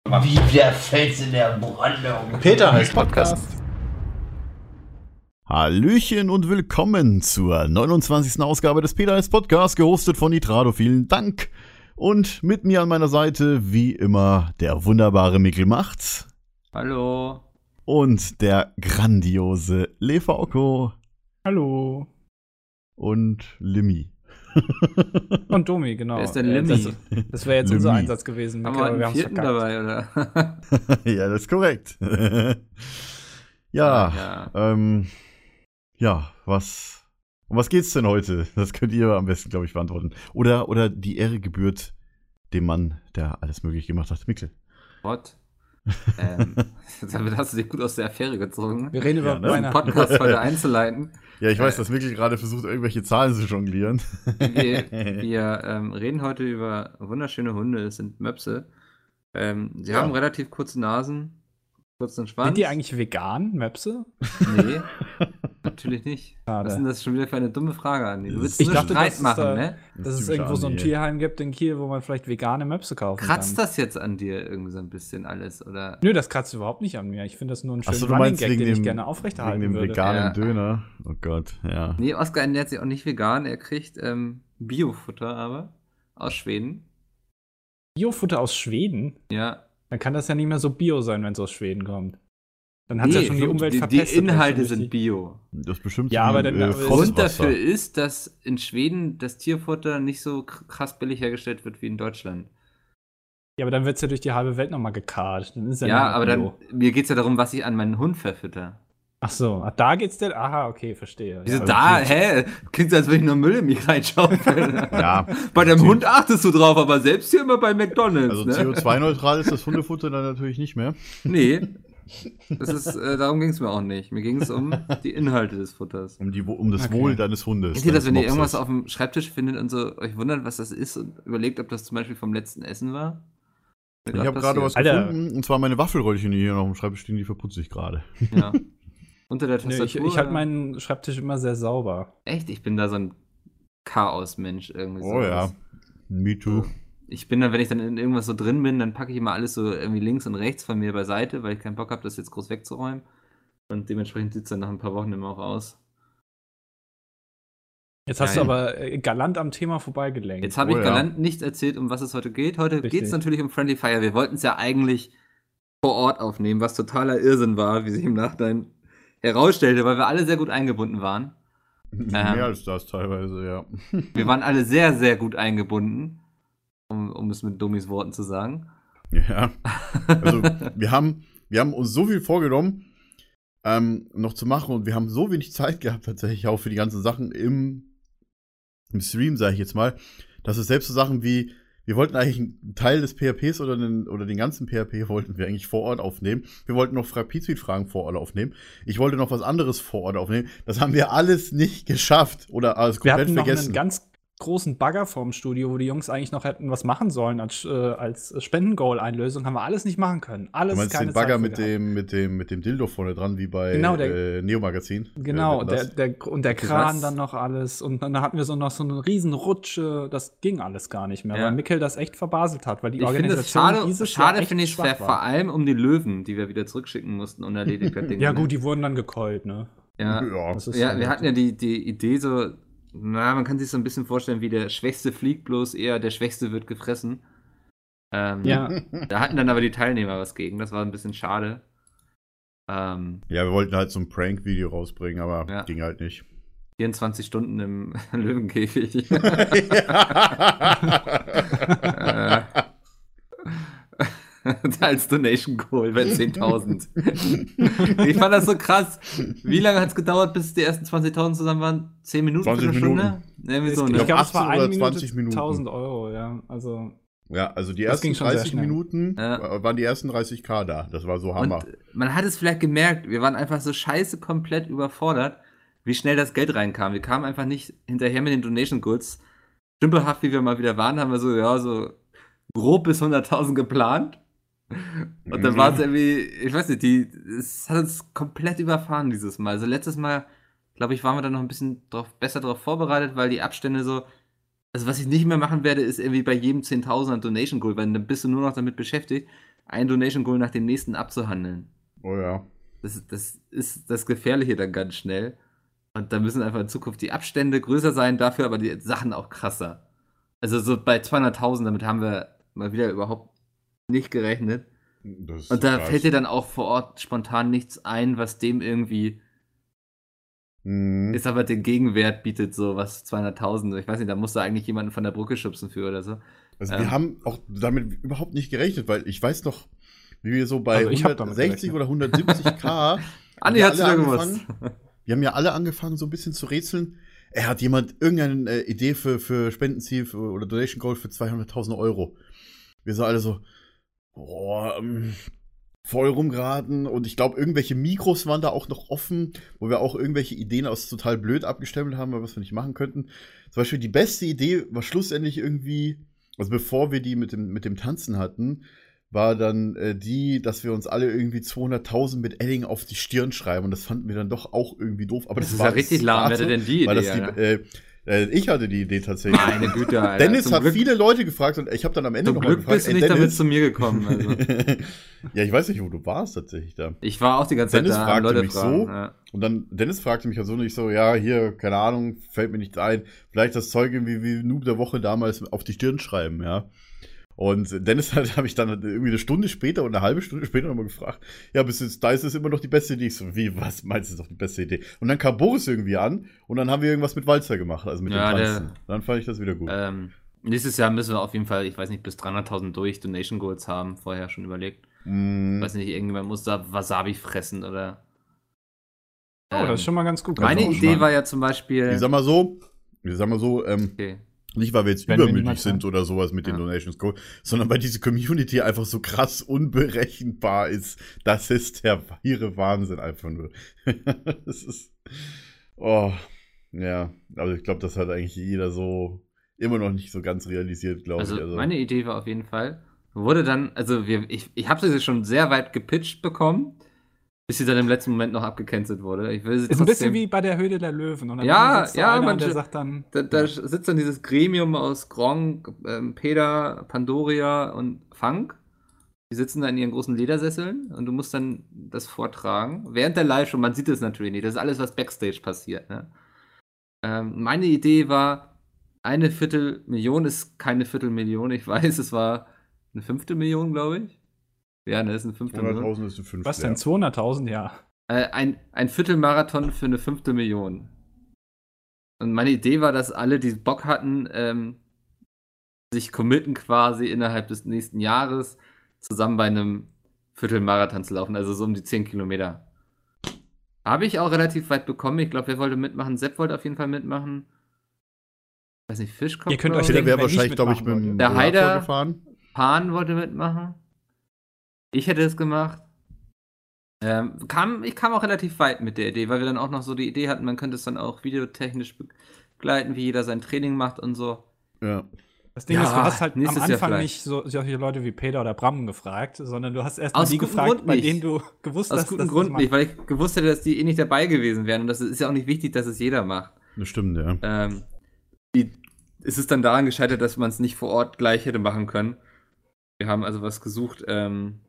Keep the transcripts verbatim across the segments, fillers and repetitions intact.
Wie der Fels in der Brandung. Peter heißt Podcast. Hallöchen und willkommen zur neunundzwanzigsten Ausgabe des Peter heißt Podcast, gehostet von Nitrado. Vielen Dank. Und mit mir an meiner Seite, wie immer, der wunderbare Mikkel Macht's. Hallo. Und der grandiose Lefaoko. Hallo. Und Limmi. Und Domi, genau. Wer ist denn Limmi? Das, das wäre jetzt unser Einsatz gewesen. Haben wir einen haben's vierten verkackt. dabei, oder? Ja, das ist korrekt. ja, ja. Ähm, ja, was, um was geht's denn heute? Das könnt ihr am besten, glaube ich, beantworten. Oder, oder die Ehre gebührt dem Mann, der alles möglich gemacht hat. Mikkel. What? ähm, damit hast du dich gut aus der Affäre gezogen. Wir reden über Ja, ne? Den Weihnachten. Podcast heute einzuleiten. Ja, ich weiß, Äh, dass Mikkel gerade versucht, irgendwelche Zahlen zu jonglieren. Wir, wir ähm, reden heute über wunderschöne Hunde. Das sind Möpse. Ähm, sie Ja. haben relativ kurze Nasen, kurzen Schwanz. Sind die eigentlich vegan, Möpse? Nee, natürlich nicht. Schade. Was ist denn das schon wieder für eine dumme Frage, Andi? Du willst Ich nur dachte, Streit dass es machen, da- ne? Dass es typisch irgendwo so ein Andi, ey. Tierheim gibt in Kiel, wo man vielleicht vegane Möpse kaufen Kratzt kann. das jetzt an dir irgendwie so ein bisschen alles, oder? Nö, das kratzt überhaupt nicht an mir. Ich finde das nur ein Ach schöner so, du Running meinst Gag, wegen den ich dem- gerne Wegen aufrechterhalten dem würde. veganen Ja. Döner. Oh Gott, ja. Nee, Oskar ernährt sich auch nicht vegan. Er kriegt ähm, Biofutter aber aus Schweden. Biofutter aus Schweden? Ja. Dann kann das ja nicht mehr so bio sein, wenn es aus Schweden kommt. Dann hat es ja schon die Umwelt die, verpestet. die wenn es Inhalte schon sind richtig- bio. Das ist bestimmt Ja, so aber wie, dann- äh, aber- Frostwasser. Grund dafür ist, dass in Schweden das Tierfutter nicht so k- krass billig hergestellt wird wie in Deutschland. Ja, aber dann wird es ja durch die halbe Welt nochmal gekarrt. Dann ist ja, Ja, nicht mehr aber bio. dann, mir geht es ja darum, was ich an meinen Hund verfütter. Ach so, ach, da geht's denn. Aha, okay, verstehe. Wieso Ja, da? okay. Hä? Klingt so, als würde ich nur Müll in mich reinschaufeln. Ja, Bei deinem Hund achtest du drauf, aber selbst hier immer bei McDonalds. also ne? C O zwei neutral ist das Hundefutter dann natürlich nicht mehr. Nee. Das ist, äh, darum ging es mir auch nicht. Mir ging es um die Inhalte des Futters. Um, die, um das Okay. Wohl deines Hundes. Kennt ihr das, deines wenn ihr Mopses. irgendwas auf dem Schreibtisch findet und so euch wundert, was das ist und überlegt, ob das zum Beispiel vom letzten Essen war? Mir Ich grad habe gerade was passiert. Alter. gefunden, und zwar meine Waffelröllchen, die hier noch am Schreibtisch stehen, die verputze ich gerade. Ja. Unter der Nö, Tastatur. ich ich halte oder? meinen Schreibtisch immer sehr sauber. Echt? Ich bin da so ein Chaosmensch irgendwie. Oh ja, sowas. me too. Ich bin dann, wenn ich dann in irgendwas so drin bin, dann packe ich immer alles so irgendwie links und rechts von mir beiseite, weil ich keinen Bock habe, das jetzt groß wegzuräumen. Und dementsprechend sieht es dann nach ein paar Wochen immer auch aus. Jetzt hast Ja, du ja. aber äh, galant am Thema vorbeigelenkt. Jetzt habe Oh ich ja. galant nicht erzählt, um was es heute geht. Heute Richtig. geht es natürlich um Friendly Fire. Wir wollten es ja eigentlich vor Ort aufnehmen, was totaler Irrsinn war, wie sich im Nachhinein herausstellte, weil wir alle sehr gut eingebunden waren. Mehr als das teilweise, ja. Wir waren alle sehr, sehr gut eingebunden, um, um es mit Domis Worten zu sagen. Ja. Also, wir haben, wir haben uns so viel vorgenommen, ähm, noch zu machen, und wir haben so wenig Zeit gehabt, tatsächlich auch für die ganzen Sachen im, im Stream, sage ich jetzt mal, dass es selbst so Sachen wie, wir wollten eigentlich einen Teil des P H Ps oder den, oder den ganzen P H P wollten wir eigentlich vor Ort aufnehmen. Wir wollten noch Pizmeet-Fragen vor Ort aufnehmen. Ich wollte noch was anderes vor Ort aufnehmen. Das haben wir alles nicht geschafft oder alles Wir komplett hatten noch vergessen. einen ganz großen Bagger vorm Studio, wo die Jungs eigentlich noch hätten was machen sollen als, äh, als Spendengoal-Einlösung. Haben wir alles nicht machen können. Alles Du meinst keine den Bagger Zeit für mit gehabt. dem, mit, dem, mit dem Dildo vorne dran, wie bei Genau, der- äh, Neo-Magazin? Genau, Äh, der, das. der, und der Okay, Kran was? dann noch alles. Und dann hatten wir so noch so eine riesen Rutsche. Das ging alles gar nicht mehr, Ja. weil Mikkel das echt verbaselt hat. Weil die Ich finde es Organisation schade, dieses Jahr schade echt finde ich schwach es war. vor allem um die Löwen, die wir wieder zurückschicken mussten, unerledigt. das Ding, Ja ne? gut, die wurden dann gekeult, ne? Ja, Ja. Das ist ja halt- wir hatten ja die, die Idee so, na, man kann sich so ein bisschen vorstellen, wie der Schwächste fliegt, bloß eher der Schwächste wird gefressen. Ähm, Ja. Da hatten dann aber die Teilnehmer was gegen, das war ein bisschen schade. Ähm, Ja, wir wollten halt so ein Prank-Video rausbringen, aber Ja. ging halt nicht. vierundzwanzig Stunden im Löwenkäfig. äh, als Donation Goal bei zehntausend. Ich fand das so krass. Wie lange hat es gedauert, bis die ersten zwanzigtausend zusammen waren? zehn Minuten? zwanzig Viertelstunde? Irgendwie so, ich ne? glaub, glaube, es war achtzehn eine oder Minute zwanzig Minuten. tausend Euro, ja. Also, Ja, also die Das ersten ging schon sehr dreißig schnell. Minuten Ja. waren die ersten dreißig K da. Das war so Hammer. Und man hat es vielleicht gemerkt, wir waren einfach so scheiße komplett überfordert, wie schnell das Geld reinkam. Wir kamen einfach nicht hinterher mit den Donation Goods. Stümperhaft, wie wir mal wieder waren, haben wir so, ja, so grob bis hunderttausend geplant. Und dann Mhm. war es irgendwie, ich weiß nicht, die, es hat uns komplett überfahren dieses Mal. Also letztes Mal, glaube ich, waren wir dann noch ein bisschen drauf, besser darauf vorbereitet, weil die Abstände so, also was ich nicht mehr machen werde, ist irgendwie bei jedem zehntausender Donation Goal, weil dann bist du nur noch damit beschäftigt, ein Donation Goal nach dem nächsten abzuhandeln. Oh ja. Das, das ist das Gefährliche dann ganz schnell. Und da müssen einfach in Zukunft die Abstände größer sein, dafür aber die Sachen auch krasser. Also so bei zweihunderttausend, damit haben wir mal wieder überhaupt nicht gerechnet. Das ist Und da krass. fällt dir dann auch vor Ort spontan nichts ein, was dem irgendwie Mhm. ist aber den Gegenwert bietet, so was zweihunderttausend. Ich weiß nicht, da musst du eigentlich jemanden von der Brücke schubsen für oder so. Also Ähm. wir haben auch damit überhaupt nicht gerechnet, weil ich weiß noch, wie wir so bei Also ich hab damit hundertsechzig gerechnet. oder hundertsiebzig K Andi wir hat's alle wieder gewusst. angefangen- Wir haben ja alle angefangen, so ein bisschen zu rätseln. Er hat jemand irgendeine äh, Idee für, für Spendenziel für, oder Donation Goal für zweihunderttausend Euro. Wir so alle so, boah, ähm, voll rumgeraten. Und ich glaube, irgendwelche Mikros waren da auch noch offen, wo wir auch irgendwelche Ideen aus total blöd abgestempelt haben, was wir nicht machen könnten. Zum Beispiel die beste Idee war schlussendlich irgendwie, also bevor wir die mit dem, mit dem Tanzen hatten, war dann äh, die, dass wir uns alle irgendwie zweihunderttausend mit Edding auf die Stirn schreiben. Und das fanden wir dann doch auch irgendwie doof. Aber Das das, ist war ja richtig lahm. Wer hatte denn die weil Idee, das die, Alter? äh, äh, ich hatte die Idee tatsächlich. Meine Güte, Alter. Dennis Zum hat Glück, viele Leute gefragt und ich habe dann am Ende Zum noch mal Glück gefragt, bist du ey, nicht damit Dennis. zu mir gekommen. Also. Ja, ich weiß nicht, wo du warst tatsächlich da. Ich war auch die ganze Zeit Dennis da, fragte Leute mich fragen. so. Ja. Und dann, Dennis fragte mich also nicht so, ja, hier, keine Ahnung, fällt mir nichts ein. Vielleicht das Zeug irgendwie wie Noob der Woche damals auf die Stirn schreiben, ja. Und Dennis halt, habe ich dann irgendwie eine Stunde später oder eine halbe Stunde später nochmal gefragt, ja, bis jetzt, da ist es immer noch die beste Idee. Ich so, wie, was meinst du, ist doch die beste Idee? Und dann kam Boris irgendwie an und dann haben wir irgendwas mit Walzer gemacht, also mit Ja, dem der- Tanzen. Dann fand ich das wieder gut. Ähm, nächstes Jahr müssen wir auf jeden Fall, ich weiß nicht, bis dreihunderttausend durch Donation Goals haben. Vorher schon überlegt. Mm, Weiß nicht, irgendjemand muss da Wasabi fressen oder. Oh, das ist schon mal ganz gut. Meine auch Idee spannend. war ja zum Beispiel. ich sag mal so, ich sag mal so, ähm, Okay. nicht, weil wir jetzt Wenn wir übermütig niemand sind haben. oder sowas mit den Ja. Donations Goal, sondern weil diese Community einfach so krass unberechenbar ist. Das ist der ihre Wahnsinn einfach nur. Das ist. Oh. Ja, also ich glaube, das hat eigentlich jeder so immer noch nicht so ganz realisiert, glaube Also, ich. Also, meine Idee war auf jeden Fall, wurde dann, also wir, ich, ich habe sie schon sehr weit gepitcht bekommen, bis sie dann im letzten Moment noch abgecancelt wurde. Ich will sie Ist ein bisschen trotzdem- wie bei der Höhle der Löwen. Und dann Ja, sitzt da ja, einer man- und der sagt dann, Da, da sitzt dann dieses Gremium aus Gronk, ähm, Peter, Pandoria und Funk. Die sitzen da in ihren großen Ledersesseln und du musst dann das vortragen. Während der Live-Show, man sieht es natürlich nicht. Das ist alles, was Backstage passiert. Ne? Ähm, meine Idee war, eine Viertelmillion ist keine Viertelmillion. Ich weiß, es war eine fünfte Million, glaube ich. Ja, ne, ist eine fünfte Million. hunderttausend ist ein Fünftel. was denn, zweihunderttausend? Ja. Äh, ein, ein Viertelmarathon für eine fünfte Million. Und meine Idee war, dass alle, die Bock hatten, ähm, sich committen quasi innerhalb des nächsten Jahres zusammen bei einem Viertelmarathon zu laufen, also so um die zehn Kilometer. Habe ich auch relativ weit bekommen. Ich glaube, wer wollte mitmachen? Sepp wollte auf jeden Fall mitmachen. Ich weiß nicht, Fischkopf. Ihr könnt glaub euch ich. Peter wäre denken, wer wahrscheinlich, nicht glaube ich, mit mitmachen dem Der Rollator Haider- gefahren. Pan wollte mitmachen. Ich hätte es gemacht. Ähm, kam, ich kam auch relativ weit mit der Idee, weil wir dann auch noch so die Idee hatten, man könnte es dann auch videotechnisch begleiten, wie jeder sein Training macht und so. Ja. Das Ding Ja, ist, du hast halt am nächstes Jahr Anfang vielleicht. nicht so, solche Leute wie Peter oder Bram gefragt, sondern du hast erst mal Aus die gutem gefragt, Grund bei nicht. denen du gewusst Aus hast, gutem dass Grund das nicht, weil ich gewusst hätte, dass die eh nicht dabei gewesen wären und das ist ja auch nicht wichtig, dass es jeder macht. Das stimmt, ja. Ähm, die, es ist dann daran gescheitert, dass man es nicht vor Ort gleich hätte machen können. Wir haben also was gesucht, ähm,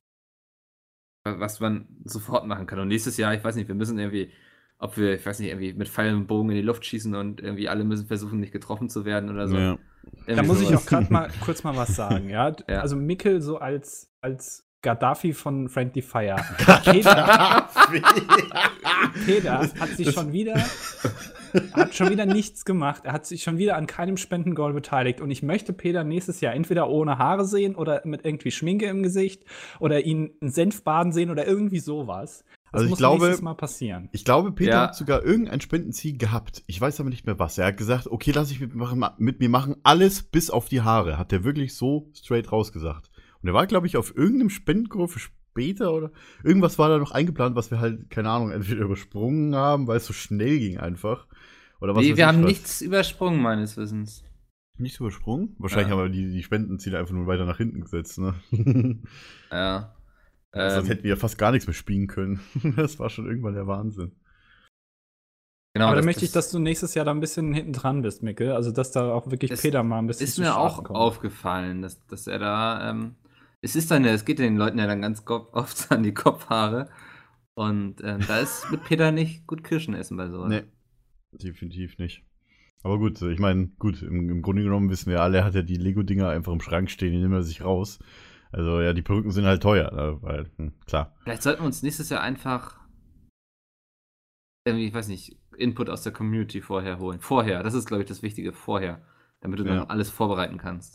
was man sofort machen kann. Und nächstes Jahr, ich weiß nicht, wir müssen irgendwie, ob wir, ich weiß nicht, irgendwie mit Pfeil und Bogen in die Luft schießen und irgendwie alle müssen versuchen, nicht getroffen zu werden oder so. Ja. Da Irgendwie muss ich sowas. auch gerade mal kurz mal was sagen, ja. Ja. Also Mikkel so als, als Gaddafi von Friendly Fire. Peter, Peter hat sich schon wieder hat schon wieder nichts gemacht. Er hat sich schon wieder an keinem Spendengoal beteiligt. Und ich möchte Peter nächstes Jahr entweder ohne Haare sehen oder mit irgendwie Schminke im Gesicht oder ihn in Senfbaden sehen oder irgendwie sowas. Das Also ich muss glaube- nächstes Mal passieren. Ich glaube, Peter Ja. hat sogar irgendein Spendenziel gehabt. Ich weiß aber nicht mehr was. Er hat gesagt, okay, lass ich mit, machen, mit mir machen, alles bis auf die Haare. Hat er wirklich so straight rausgesagt. Und er war, glaube ich, auf irgendeinem Spendengoal für später oder irgendwas war da noch eingeplant, was wir halt, keine Ahnung, entweder übersprungen haben, weil es so schnell ging einfach. Oder was Nee, weiß wir ich haben was. nichts übersprungen, meines Wissens. Nichts übersprungen? Wahrscheinlich Ja. haben wir die, die Spendenziele einfach nur weiter nach hinten gesetzt, ne? Ja. Sonst Ähm, hätten wir ja fast gar nichts mehr spielen können. Das war schon irgendwann der Wahnsinn. genau, Aber das- dann möchte ich, das dass du nächstes Jahr da ein bisschen hinten dran bist, Mikkel. Also, dass da auch wirklich Es Peter mal ein bisschen ist zu mir starten auch kommt. aufgefallen, dass, dass er da, ähm, es ist dann ja, es geht den Leuten ja dann ganz oft an die Kopfhaare. Und ähm, da ist mit Peter nicht gut Kirschen essen bei sowas. Nee, definitiv nicht. Aber gut, ich meine, gut, im, im Grunde genommen wissen wir alle, er hat ja die Lego-Dinger einfach im Schrank stehen, die nimmt er sich raus. Also ja, die Perücken sind halt teuer, ne? Weil, hm, klar. Vielleicht sollten wir uns nächstes Jahr einfach irgendwie, ich weiß nicht, Input aus der Community vorher holen. Vorher, das ist, glaube ich, das Wichtige, vorher. Damit du dann Ja. alles vorbereiten kannst.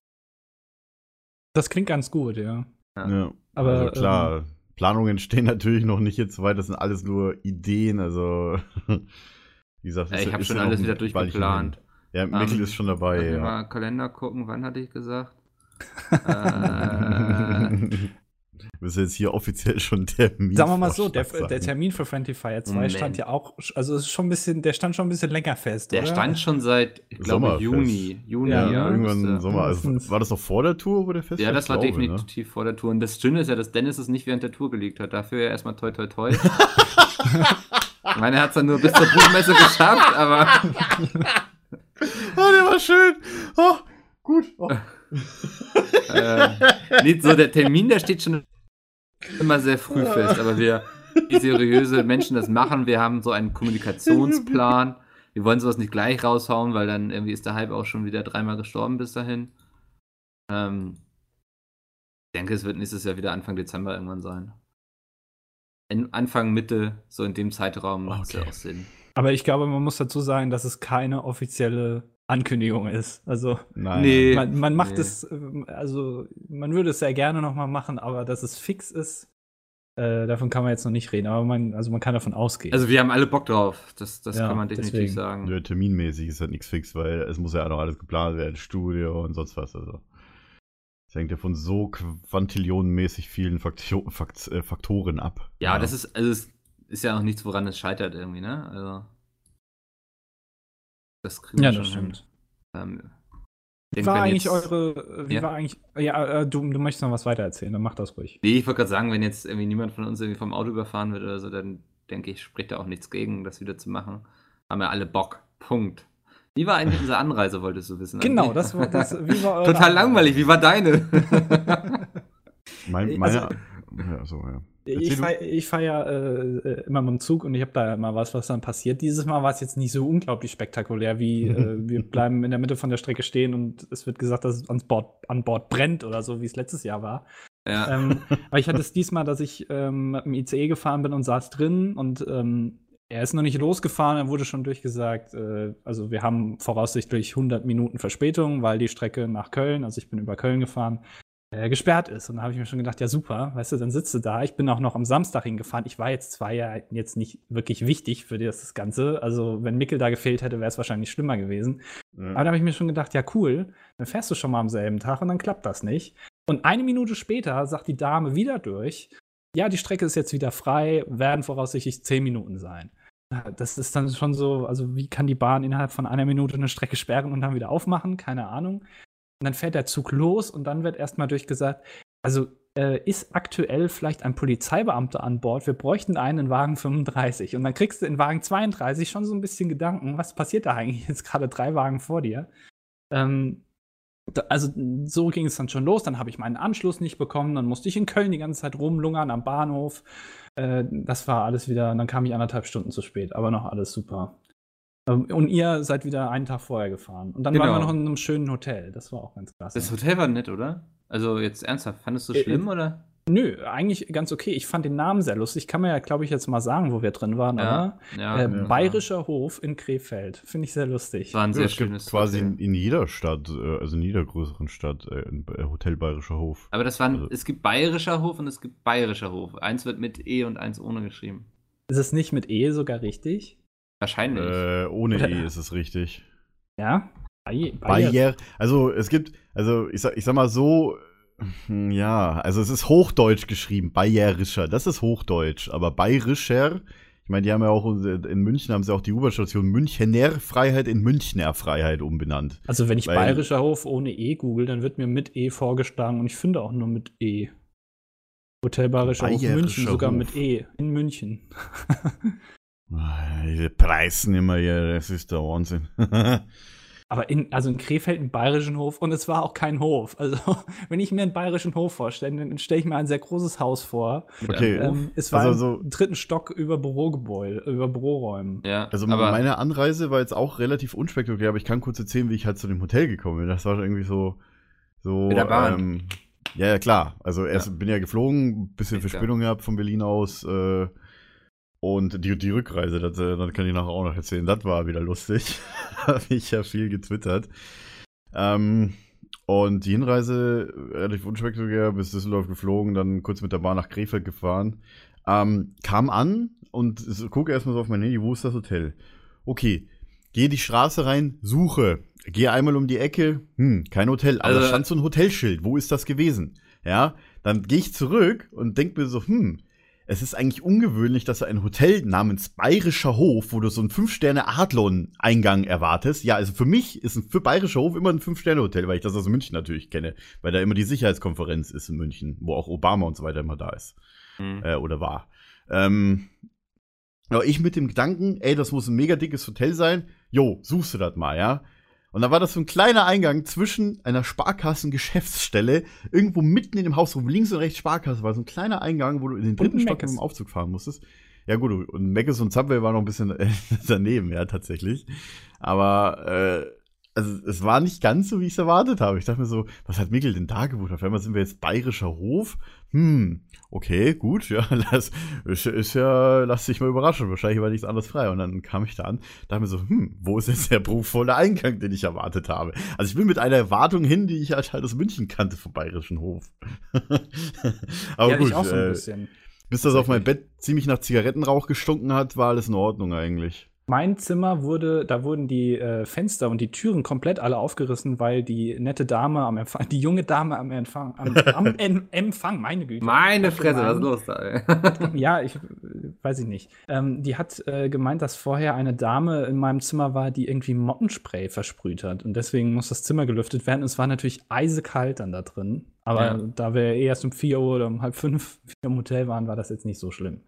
Das klingt ganz gut, ja. Ja. Ja. Aber, also klar, Planungen stehen natürlich noch nicht jetzt weit, das sind alles nur Ideen, also wie gesagt, Ja, es ich habe ist schon ja noch alles ein wieder Weilchen durchgeplant. hin. Ja, Mikkel Ähm, ist schon Lass dabei, mich ja. mal Kalender gucken, wann hatte ich gesagt? äh, Das ist jetzt hier offiziell schon Termin. Sagen wir mal so, der, Vorschlag der sagen. Termin für Friendly Fire zwei Moment. stand ja auch, also es ist schon ein bisschen, der stand schon ein bisschen länger fest, der oder? stand schon seit, ich glaube, Sommerfest. Juni. Juni, Ja, Ja, ja. irgendwann müsste- im Sommer. Also, mindestens. war das noch vor der Tour, wo der Fest Ja, das war Ich glaube, ne? definitiv vor der Tour. Und das Schöne ist ja, dass Dennis es nicht während der Tour gelegt hat. Dafür ja erstmal toi toi toi. Ich meine, er hat es dann nur bis zur Buchmesse geschafft, aber Oh, der war schön. Oh, gut. Oh. äh, nicht so, der Termin, der steht schon immer sehr früh fest. Aber wir, wie seriöse Menschen das machen, wir haben so einen Kommunikationsplan. Wir wollen sowas nicht gleich raushauen, weil dann irgendwie ist der Hype auch schon wieder dreimal gestorben bis dahin. Ähm, ich denke, es wird nächstes Jahr wieder Anfang Dezember irgendwann sein. In Anfang, Mitte, so in dem Zeitraum macht es ja Okay. auch Sinn. Aber ich glaube, man muss dazu sagen, dass es keine offizielle Ankündigung ist. Also Nein. Nee. man, man macht Nee. es, ähm, also man würde es sehr gerne noch mal machen, aber dass es fix ist, äh, davon kann man jetzt noch nicht reden. Aber man, also man kann davon ausgehen. Also wir haben alle Bock drauf, das, das Ja, kann man definitiv deswegen. sagen. Ja, terminmäßig ist halt nichts fix, weil es muss ja auch noch alles geplant werden, Studio und sonst was. Also. Das hängt ja von so quantillionenmäßig vielen Faktio Fakt äh, Faktoren ab. Ja, das ist, also es ist ja auch nichts, woran es scheitert irgendwie, ne? Also das kriegen wir ja, schon das stimmt. hin. Ähm, Wie denk, war wenn eigentlich jetzt- eure, wie Ja? war eigentlich, ja, äh, du, du möchtest noch was weiter erzählen, dann mach das ruhig. Nee, ich wollte gerade sagen, wenn jetzt irgendwie niemand von uns irgendwie vom Auto überfahren wird oder so, dann denke ich, spricht da auch nichts gegen, das wieder zu machen. Haben wir alle Bock. Punkt. Wie war eigentlich unsere Anreise, wolltest du wissen? Genau, Andi? das war das, wie war eure Total Anreise? langweilig, wie war deine? Mein, Also- meine, ja, so, ja. Ich Erzähl du. fahre ich fahr ja äh, immer mit dem Zug und ich habe da immer was, was dann passiert. Dieses Mal war es jetzt nicht so unglaublich spektakulär, wie äh, wir bleiben in der Mitte von der Strecke stehen und es wird gesagt, dass es ans Bord, an Bord brennt oder so, wie es letztes Jahr war. Ja. ähm, aber ich hatte es diesmal, dass ich ähm, mit dem I C E gefahren bin und saß drin und ähm, er ist noch nicht losgefahren, er wurde schon durchgesagt, äh, also wir haben voraussichtlich hundert Minuten Verspätung, weil die Strecke nach Köln, also ich bin über Köln gefahren, äh, gesperrt ist. Und da habe ich mir schon gedacht, ja super, weißt du, dann sitzt du da. Ich bin auch noch am Samstag hingefahren. Ich war jetzt zwar ja jetzt nicht wirklich wichtig für das, das Ganze. Also wenn Mikkel da gefehlt hätte, wäre es wahrscheinlich schlimmer gewesen. Ja. Aber da habe ich mir schon gedacht, ja cool, dann fährst du schon mal am selben Tag und dann klappt das nicht. Und eine Minute später sagt die Dame wieder durch, ja, die Strecke ist jetzt wieder frei, werden voraussichtlich zehn Minuten sein. Das ist dann schon so, also wie kann die Bahn innerhalb von einer Minute eine Strecke sperren und dann wieder aufmachen? Keine Ahnung. Und dann fährt der Zug los und dann wird erstmal durchgesagt, also äh, ist aktuell vielleicht ein Polizeibeamter an Bord, wir bräuchten einen in Wagen fünfunddreißig. Und dann kriegst du in Wagen zweiunddreißig schon so ein bisschen Gedanken, was passiert da eigentlich jetzt gerade drei Wagen vor dir? Ähm, da, also so ging es dann schon los, dann habe ich meinen Anschluss nicht bekommen, dann musste ich in Köln die ganze Zeit rumlungern am Bahnhof. Äh, das war alles wieder, dann kam ich anderthalb Stunden zu spät, aber noch alles super. Und ihr seid wieder einen Tag vorher gefahren. Und dann Genau. waren wir noch in einem schönen Hotel. Das war auch ganz klasse. Das Hotel war nett, oder? Also jetzt ernsthaft, fandest du Äh, schlimm, oder? Nö, eigentlich ganz okay. Ich fand den Namen sehr lustig. Kann man ja, glaube ich, jetzt mal sagen, wo wir drin waren, oder? ja. Äh, ja. Bayerischer Hof in Krefeld. Finde ich sehr lustig. Das war ein Ja, sehr es gibt schönes quasi in, Hotel. in jeder Stadt, äh, also in jeder größeren Stadt, äh, ein äh, Hotel Bayerischer Hof. Aber das waren, Also- es gibt Bayerischer Hof und es gibt Bayerischer Hof. Eins wird mit E und eins ohne geschrieben. Ist es nicht mit E sogar richtig? Wahrscheinlich. Äh, ohne Oder- E ist es richtig. Ja? Bayer. Bayer, also es gibt, also ich sag, ich sag mal so, hm, ja, also es ist Hochdeutsch geschrieben, bayerischer, das ist Hochdeutsch, aber bayerischer, ich meine, die haben ja auch, in München haben sie auch die U-Bahn-Station Münchener Freiheit in Münchner Freiheit umbenannt. Also wenn ich Weil- Bayerischer Hof ohne E google, dann wird mir mit E vorgeschlagen und ich finde auch nur mit E. Hotel Bayerischer Hof Bayerischer München, sogar Hof. mit E. In München. Ah, Diese Preisen immer hier, das ist der Wahnsinn. Aber in, also in Krefeld einen bayerischen Hof und es war auch kein Hof. Also, wenn ich mir einen bayerischen Hof vorstelle, dann stelle ich mir ein sehr großes Haus vor. Okay. Ähm, es war Also im so- dritten Stock über Bürogebäude, über Büroräumen. Ja, Also aber meine Anreise war jetzt auch relativ unspektakulär, aber ich kann kurz erzählen, wie ich halt zu dem Hotel gekommen bin. Das war irgendwie so, so. Mit der Bahn. Ähm, ja, ja, klar. Also erst Ja. bin ja geflogen, ein bisschen Ja, klar. Verspätung gehabt von Berlin aus. Äh, und die, die Rückreise, das, äh, das kann ich nachher auch noch erzählen. Das war wieder lustig. Habe ich ja viel getwittert. Ähm, und die Hinreise relativ unspektakulär, bis Düsseldorf geflogen, dann kurz mit der Bahn nach Krefeld gefahren. Ähm, kam an und so, gucke erstmal so auf mein Handy, wo ist das Hotel? Okay, gehe die Straße rein, suche, gehe einmal um die Ecke, hm, kein Hotel, aber Also- da stand so ein Hotelschild, wo ist das gewesen? Ja, dann gehe ich zurück und denke mir so, hm, es ist eigentlich ungewöhnlich, dass du ein Hotel namens Bayerischer Hof, wo du so einen Fünf-Sterne-Adlon-Eingang erwartest. Ja, also für mich ist ein für Bayerischer Hof immer ein Fünf-Sterne-Hotel, weil ich das aus München natürlich kenne, weil da immer die Sicherheitskonferenz ist in München, wo auch Obama und so weiter immer da ist. Hm. Äh, oder war. Ähm, aber ich mit dem Gedanken, ey, das muss ein mega dickes Hotel sein. Jo, suchst du das mal, ja? Und dann war das so ein kleiner Eingang zwischen einer Sparkassen-Geschäftsstelle, irgendwo mitten in dem Haus, wo links und rechts Sparkasse war. So ein kleiner Eingang, wo du in den dritten ein Stock mit Mc's. dem Aufzug fahren musstest. Ja gut, und Mc's und Subway waren noch ein bisschen äh, daneben, ja, tatsächlich. Aber, äh, also es war nicht ganz so, wie ich es erwartet habe. Ich dachte mir so, was hat Mikkel denn da gebucht? Auf einmal sind wir jetzt Bayerischer Hof. Hm, okay, gut, ja, das ist, ist ja, lass dich mal überraschen. Wahrscheinlich war nichts anderes frei. Und dann kam ich da an, dachte mir so, hm, wo ist jetzt der prunkvolle Eingang, den ich erwartet habe? Also ich bin mit einer Erwartung hin, die ich halt, halt aus München kannte vom Bayerischen Hof. Aber Ja, gut, ich auch so ein äh, bisschen. bis das auf mein Bett ziemlich nach Zigarettenrauch gestunken hat, war alles in Ordnung eigentlich. Mein Zimmer wurde, da wurden die äh, Fenster und die Türen komplett alle aufgerissen, weil die nette Dame am Empfang, die junge Dame am Empfang, am, am en, Empfang, meine Güte. Meine hat Fresse, was ist gemeint- los da, ey? Ja, ich äh, weiß ich nicht. Ähm, die hat äh, gemeint, dass vorher eine Dame in meinem Zimmer war, die irgendwie Mottenspray versprüht hat. Und deswegen muss das Zimmer gelüftet werden. Und es war natürlich eisekalt dann da drin. Aber Ja. da wir eh erst um vier Uhr oder um halb fünf im Hotel waren, war das jetzt nicht so schlimm.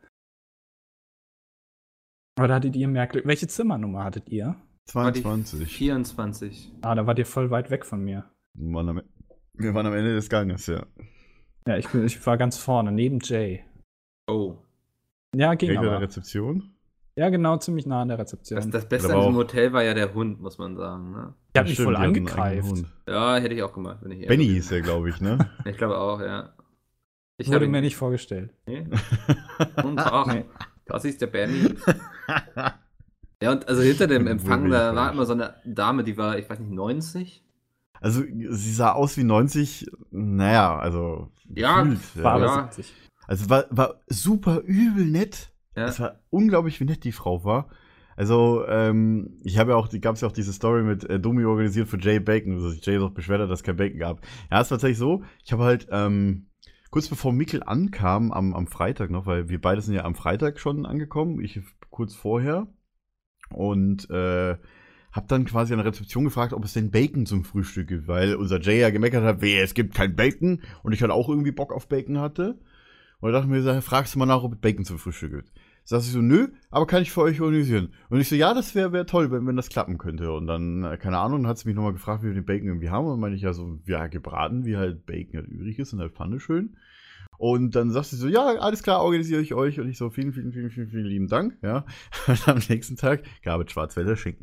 Aber da hattet ihr mehr Glück. Welche Zimmernummer hattet ihr? War die zweiundzwanzig. vierundzwanzig. Ah, da wart ihr voll weit weg von mir. Wir waren am, wir waren am Ende des Ganges, ja. Ja, ich, bin, ich war ganz vorne, neben Jay. Oh. Ja, ging Direkt an der aber. Rezeption. Ja, genau, ziemlich nah an der Rezeption. Das, das Beste Aber an diesem auch- Hotel war ja der Hund, muss man sagen. Ne? Die hat mich Stimmt, voll die hatten einen eigenen angegreift. Hund. Ja, hätte ich auch gemacht, wenn ich ehrlich Benny bin. hieß der, glaube ich, ne? Ich glaube auch, ja. Ich Wurde habe mir ihn- nicht vorgestellt. Nee. Und auch, Nee. das ist der Benny. Ja, und also hinter dem Wurde Empfang, mir da nicht war immer so eine Dame, die war, ich weiß nicht, neunzig? Also, sie sah aus wie neunzig, naja, also. Ja, gefühlt, War ja. aber Ja. siebzig. Also, war, war super übel nett. Ja. Es war unglaublich, wie nett die Frau war. Also, ähm, ich habe ja auch, gab es ja auch diese Story mit äh, Domi organisiert für Jay Bacon, dass sich Jay auch beschwert hat, dass es kein Bacon gab. Ja, es war tatsächlich so, ich habe halt, ähm, kurz bevor Mikkel ankam, am, am Freitag noch, weil wir beide sind ja am Freitag schon angekommen, ich kurz vorher. Und äh, hab dann quasi an der Rezeption gefragt, ob es denn Bacon zum Frühstück gibt, weil unser Jay ja gemeckert hat, weh, es gibt kein Bacon und ich halt auch irgendwie Bock auf Bacon hatte. Und da dachte ich mir, fragst du mal nach, ob es Bacon zum Frühstück gibt. Sagst du so, nö, aber kann ich für euch organisieren. Und ich so, ja, das wäre wär toll, wenn, wenn das klappen könnte. Und dann, äh, keine Ahnung, dann hat sie mich nochmal gefragt, wie wir den Bacon irgendwie haben. Und dann meine ich ja so, ja, gebraten, wie halt Bacon halt übrig ist, in der Pfanne schön. Und dann sagt sie so, ja, alles klar, organisiere ich euch. Und ich so, vielen, vielen, vielen, vielen, vielen lieben Dank. Ja. Und am nächsten Tag gab es Schwarzwälder Schinken.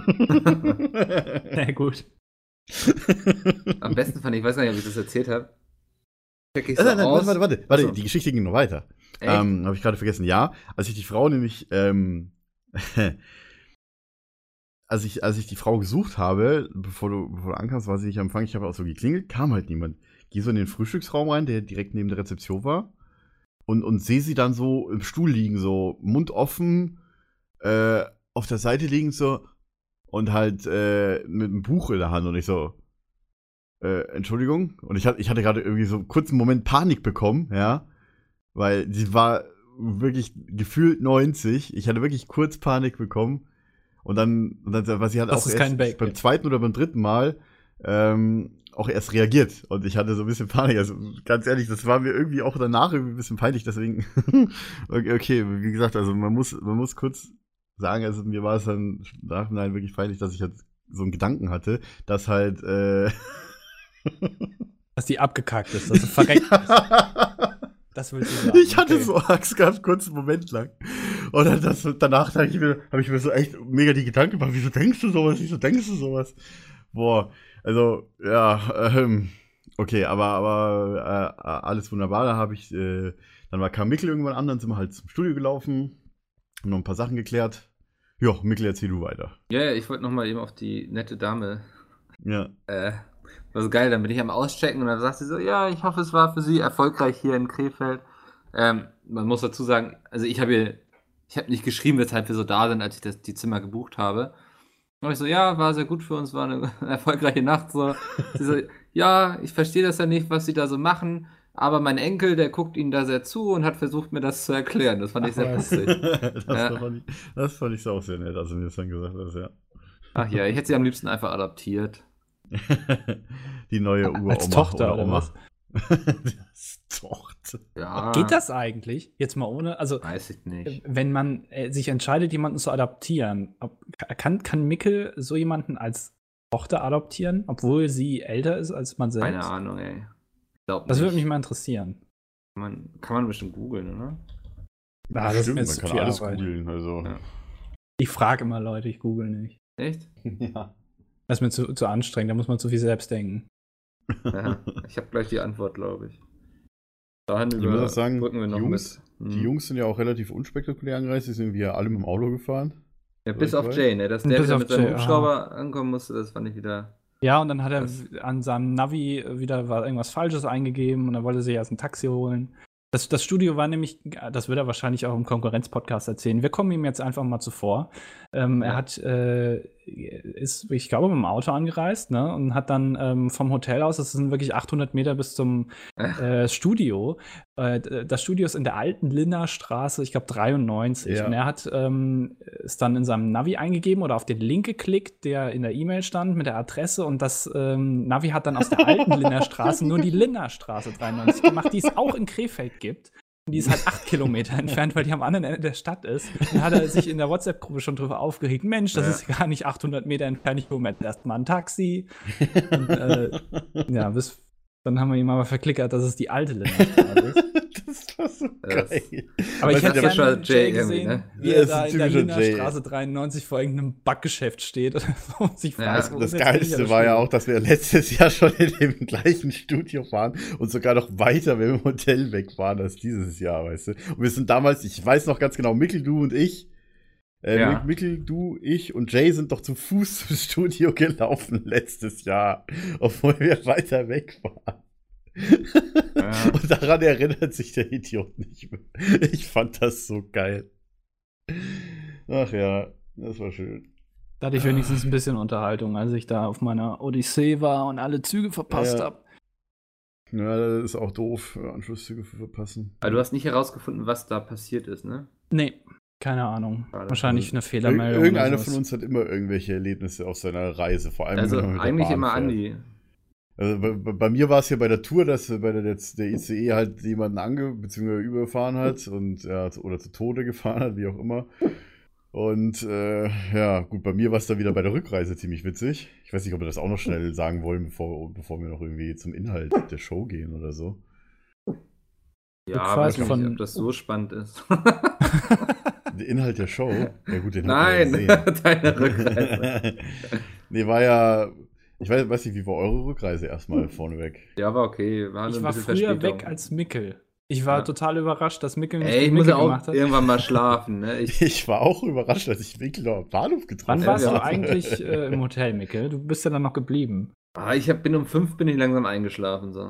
Sehr gut. Am besten fand ich, ich weiß gar nicht, ob ich das erzählt habe. Check ich so Nein, nein, aus. warte, warte, warte, warte, Achso. die Geschichte ging noch weiter. Echt? Ähm, habe ich gerade vergessen. Ja, als ich die Frau nämlich, ähm, als ich, als ich die Frau gesucht habe, bevor du, bevor du ankamst, war sie nicht am Empfang, ich habe auch so geklingelt, kam halt niemand. Geh so in den Frühstücksraum rein, der direkt neben der Rezeption war, und, und sehe sie dann so im Stuhl liegen, so Mund offen, äh, auf der Seite liegen so, und halt äh, mit einem Buch in der Hand, und ich so, äh, Entschuldigung, und ich hatte, ich hatte gerade irgendwie so einen kurzen Moment Panik bekommen, ja, weil sie war wirklich gefühlt neunzig. Ich hatte wirklich kurz Panik bekommen. Und dann, und dann was sie hat Das auch ist erst kein Bacon. beim zweiten oder beim dritten Mal ähm, auch erst reagiert. Und ich hatte so ein bisschen Panik. Also ganz ehrlich, das war mir irgendwie auch danach irgendwie ein bisschen peinlich. Deswegen, okay, okay, wie gesagt, also man muss, man muss kurz sagen, also mir war es dann im Nachhinein wirklich peinlich, dass ich halt so einen Gedanken hatte, dass halt, äh Dass die abgekackt ist, dass sie verreckt ist. Das willst du sagen. Ich hatte okay. so Angst gehabt, kurz einen Moment lang. Und dann das, danach habe ich, mir, hab ich mir so echt mega die Gedanken gemacht, wieso denkst du sowas, wieso denkst du sowas? Boah, also, ja, ähm, okay, aber, aber äh, alles wunderbar, da habe ich, äh, dann war kam Mikkel irgendwann an, dann sind wir halt zum Studio gelaufen, haben noch ein paar Sachen geklärt. Ja, Mikkel, erzähl du weiter. Ja, ja, ich wollte nochmal eben auf die nette Dame. Ja. Äh, war so geil, dann bin ich am Auschecken und dann sagt sie so, ja, ich hoffe, es war für Sie erfolgreich hier in Krefeld. Ähm, man muss dazu sagen, also ich habe ihr, ich habe nicht geschrieben, weshalb wir so da sind, als ich das, die Zimmer gebucht habe. Und ich so, ja, war sehr gut für uns, war eine erfolgreiche Nacht. So. Sie so, ja, ich verstehe das ja nicht, was Sie da so machen, aber mein Enkel, der guckt Ihnen da sehr zu und hat versucht, mir das zu erklären. Das fand ich sehr lustig. das, Ja. fand ich, das fand ich auch sehr nett, als du mir das dann gesagt hast, ja. Ach ja, ich hätte sie am liebsten einfach adoptiert. Die neue Uroma. Als Tochter oder was? Als Tochter. Ja, Geht das eigentlich? Jetzt mal ohne, also weiß ich nicht. wenn man äh, sich entscheidet, jemanden zu adoptieren, ob, kann, kann Mikkel so jemanden als Tochter adoptieren, obwohl sie älter ist als man selbst? Keine Ahnung, ey. Glaub Das nicht. würde mich mal interessieren. Kann man, kann man bestimmt googeln, oder? Ah, das ist Stimmt, mir man zu kann viel alles Arbeit. googeln, also. Ja. Ich frage immer Leute, ich google nicht. Echt? Ja. Das ist mir zu, zu anstrengend, da muss man zu viel selbst denken. Ja, ich habe gleich die Antwort, glaube ich. Dahin Ich muss auch sagen, drücken wir noch die Jungs, mit. die Hm. Jungs sind ja auch relativ unspektakulär angereist, die sind wir alle mit dem Auto gefahren. Ja, bis auf Weltweit. Jay, ne? Dass Bis der wieder auf mit seinem Jay, Hubschrauber ankommen musste, das fand ich wieder. Ja, und dann hat er Das- an seinem Navi wieder war irgendwas Falsches eingegeben und dann wollte er sich erst ein Taxi holen. Das, das Studio war nämlich, das wird er wahrscheinlich auch im Konkurrenz-Podcast erzählen. Wir kommen ihm jetzt einfach mal zuvor. Ähm, Ja. Er hat, äh, ist, ich glaube, mit dem Auto angereist, ne? Und hat dann ähm, vom Hotel aus, das sind wirklich achthundert Meter bis zum äh, Studio. Äh, das Studio ist in der alten Linner Straße, ich glaube dreiundneunzig. Ja. Und er hat ähm, es dann in seinem Navi eingegeben oder auf den Link geklickt, der in der E-Mail stand mit der Adresse. Und das ähm, Navi hat dann aus der alten Linner Straße nur die Linner Straße dreiundneunzig gemacht, die es auch in Krefeld gibt. Und die ist halt acht Kilometer entfernt, weil die am anderen Ende der Stadt ist. Dann hat er sich in der WhatsApp-Gruppe schon drüber aufgeregt. Mensch, das Ja. ist gar nicht achthundert Meter entfernt. Ich hole mir jetzt erstmal ein Taxi. Und, äh, ja, bis, dann haben wir ihm aber verklickert, dass es die alte Linderstraße ist. Das war so Das- geil. Aber ich Weißt hätte du, typischer gerne Jay Jay irgendwie, gesehen, ne? wie Ja, er ist da ein in der typischer Jay. Linderstraße dreiundneunzig vor irgendeinem Backgeschäft steht und sich Ja, fragt, wo Das ist jetzt eigentlich Geilste das war ja Studio? auch, dass wir letztes Jahr schon in dem gleichen Studio waren und sogar noch weiter, wenn wir im Hotel weg waren, als dieses Jahr, weißt du. Und wir sind damals, ich weiß noch ganz genau, Mikkel, du und ich, äh, Ja. Mikkel, du, ich und Jay sind doch zu Fuß zum Studio gelaufen letztes Jahr, obwohl wir weiter weg waren. Ja. Und daran erinnert sich der Idiot nicht mehr. Ich fand das so geil. Ach ja, das war schön. Da hatte ich wenigstens ein bisschen Unterhaltung, als ich da auf meiner Odyssee war und alle Züge verpasst Ja. habe. Ja, das ist auch doof, Anschlusszüge zu verpassen. Aber du hast nicht herausgefunden, was da passiert ist, ne? Nee, keine Ahnung. Schade. Wahrscheinlich eine Ir Fehlermeldung. irgendeiner oder sowas. von uns hat immer irgendwelche Erlebnisse auf seiner Reise, vor allem Also wenn man mit der eigentlich Bahn immer fährt. Andi. Also bei, bei bei mir war es ja bei der Tour, dass bei der, der, der I C E halt jemanden ange- bzw. überfahren hat und ja, oder zu Tode gefahren hat, wie auch immer. Und äh, ja, gut, bei mir war es dann wieder bei der Rückreise ziemlich witzig. Ich weiß nicht, ob wir das auch noch schnell sagen wollen, bevor, bevor wir noch irgendwie zum Inhalt der Show gehen oder so. Ja, Rückfahrt weiß nicht, von- ob das so spannend ist. Der Inhalt der Show? Ja gut, den habt ihr Nein, ja gesehen. deine Rückreise. Nee, war ja, ich weiß, weiß nicht, wie war eure Rückreise erstmal vorneweg? Ja, war okay. War so Ich ein war bisschen früher Verspätung. weg als Mickel. Ich war Ja. total überrascht, dass Mickel nicht Ey, ich den muss Mickel ja auch gemacht hat. irgendwann mal schlafen, ne? Ich, Ich war auch überrascht, als ich Mikkel am Bahnhof getroffen Wann warst Ja. du eigentlich äh, im Hotel, Mickel? Du bist ja dann noch geblieben. ah, ich hab, bin um fünf bin ich langsam eingeschlafen, so.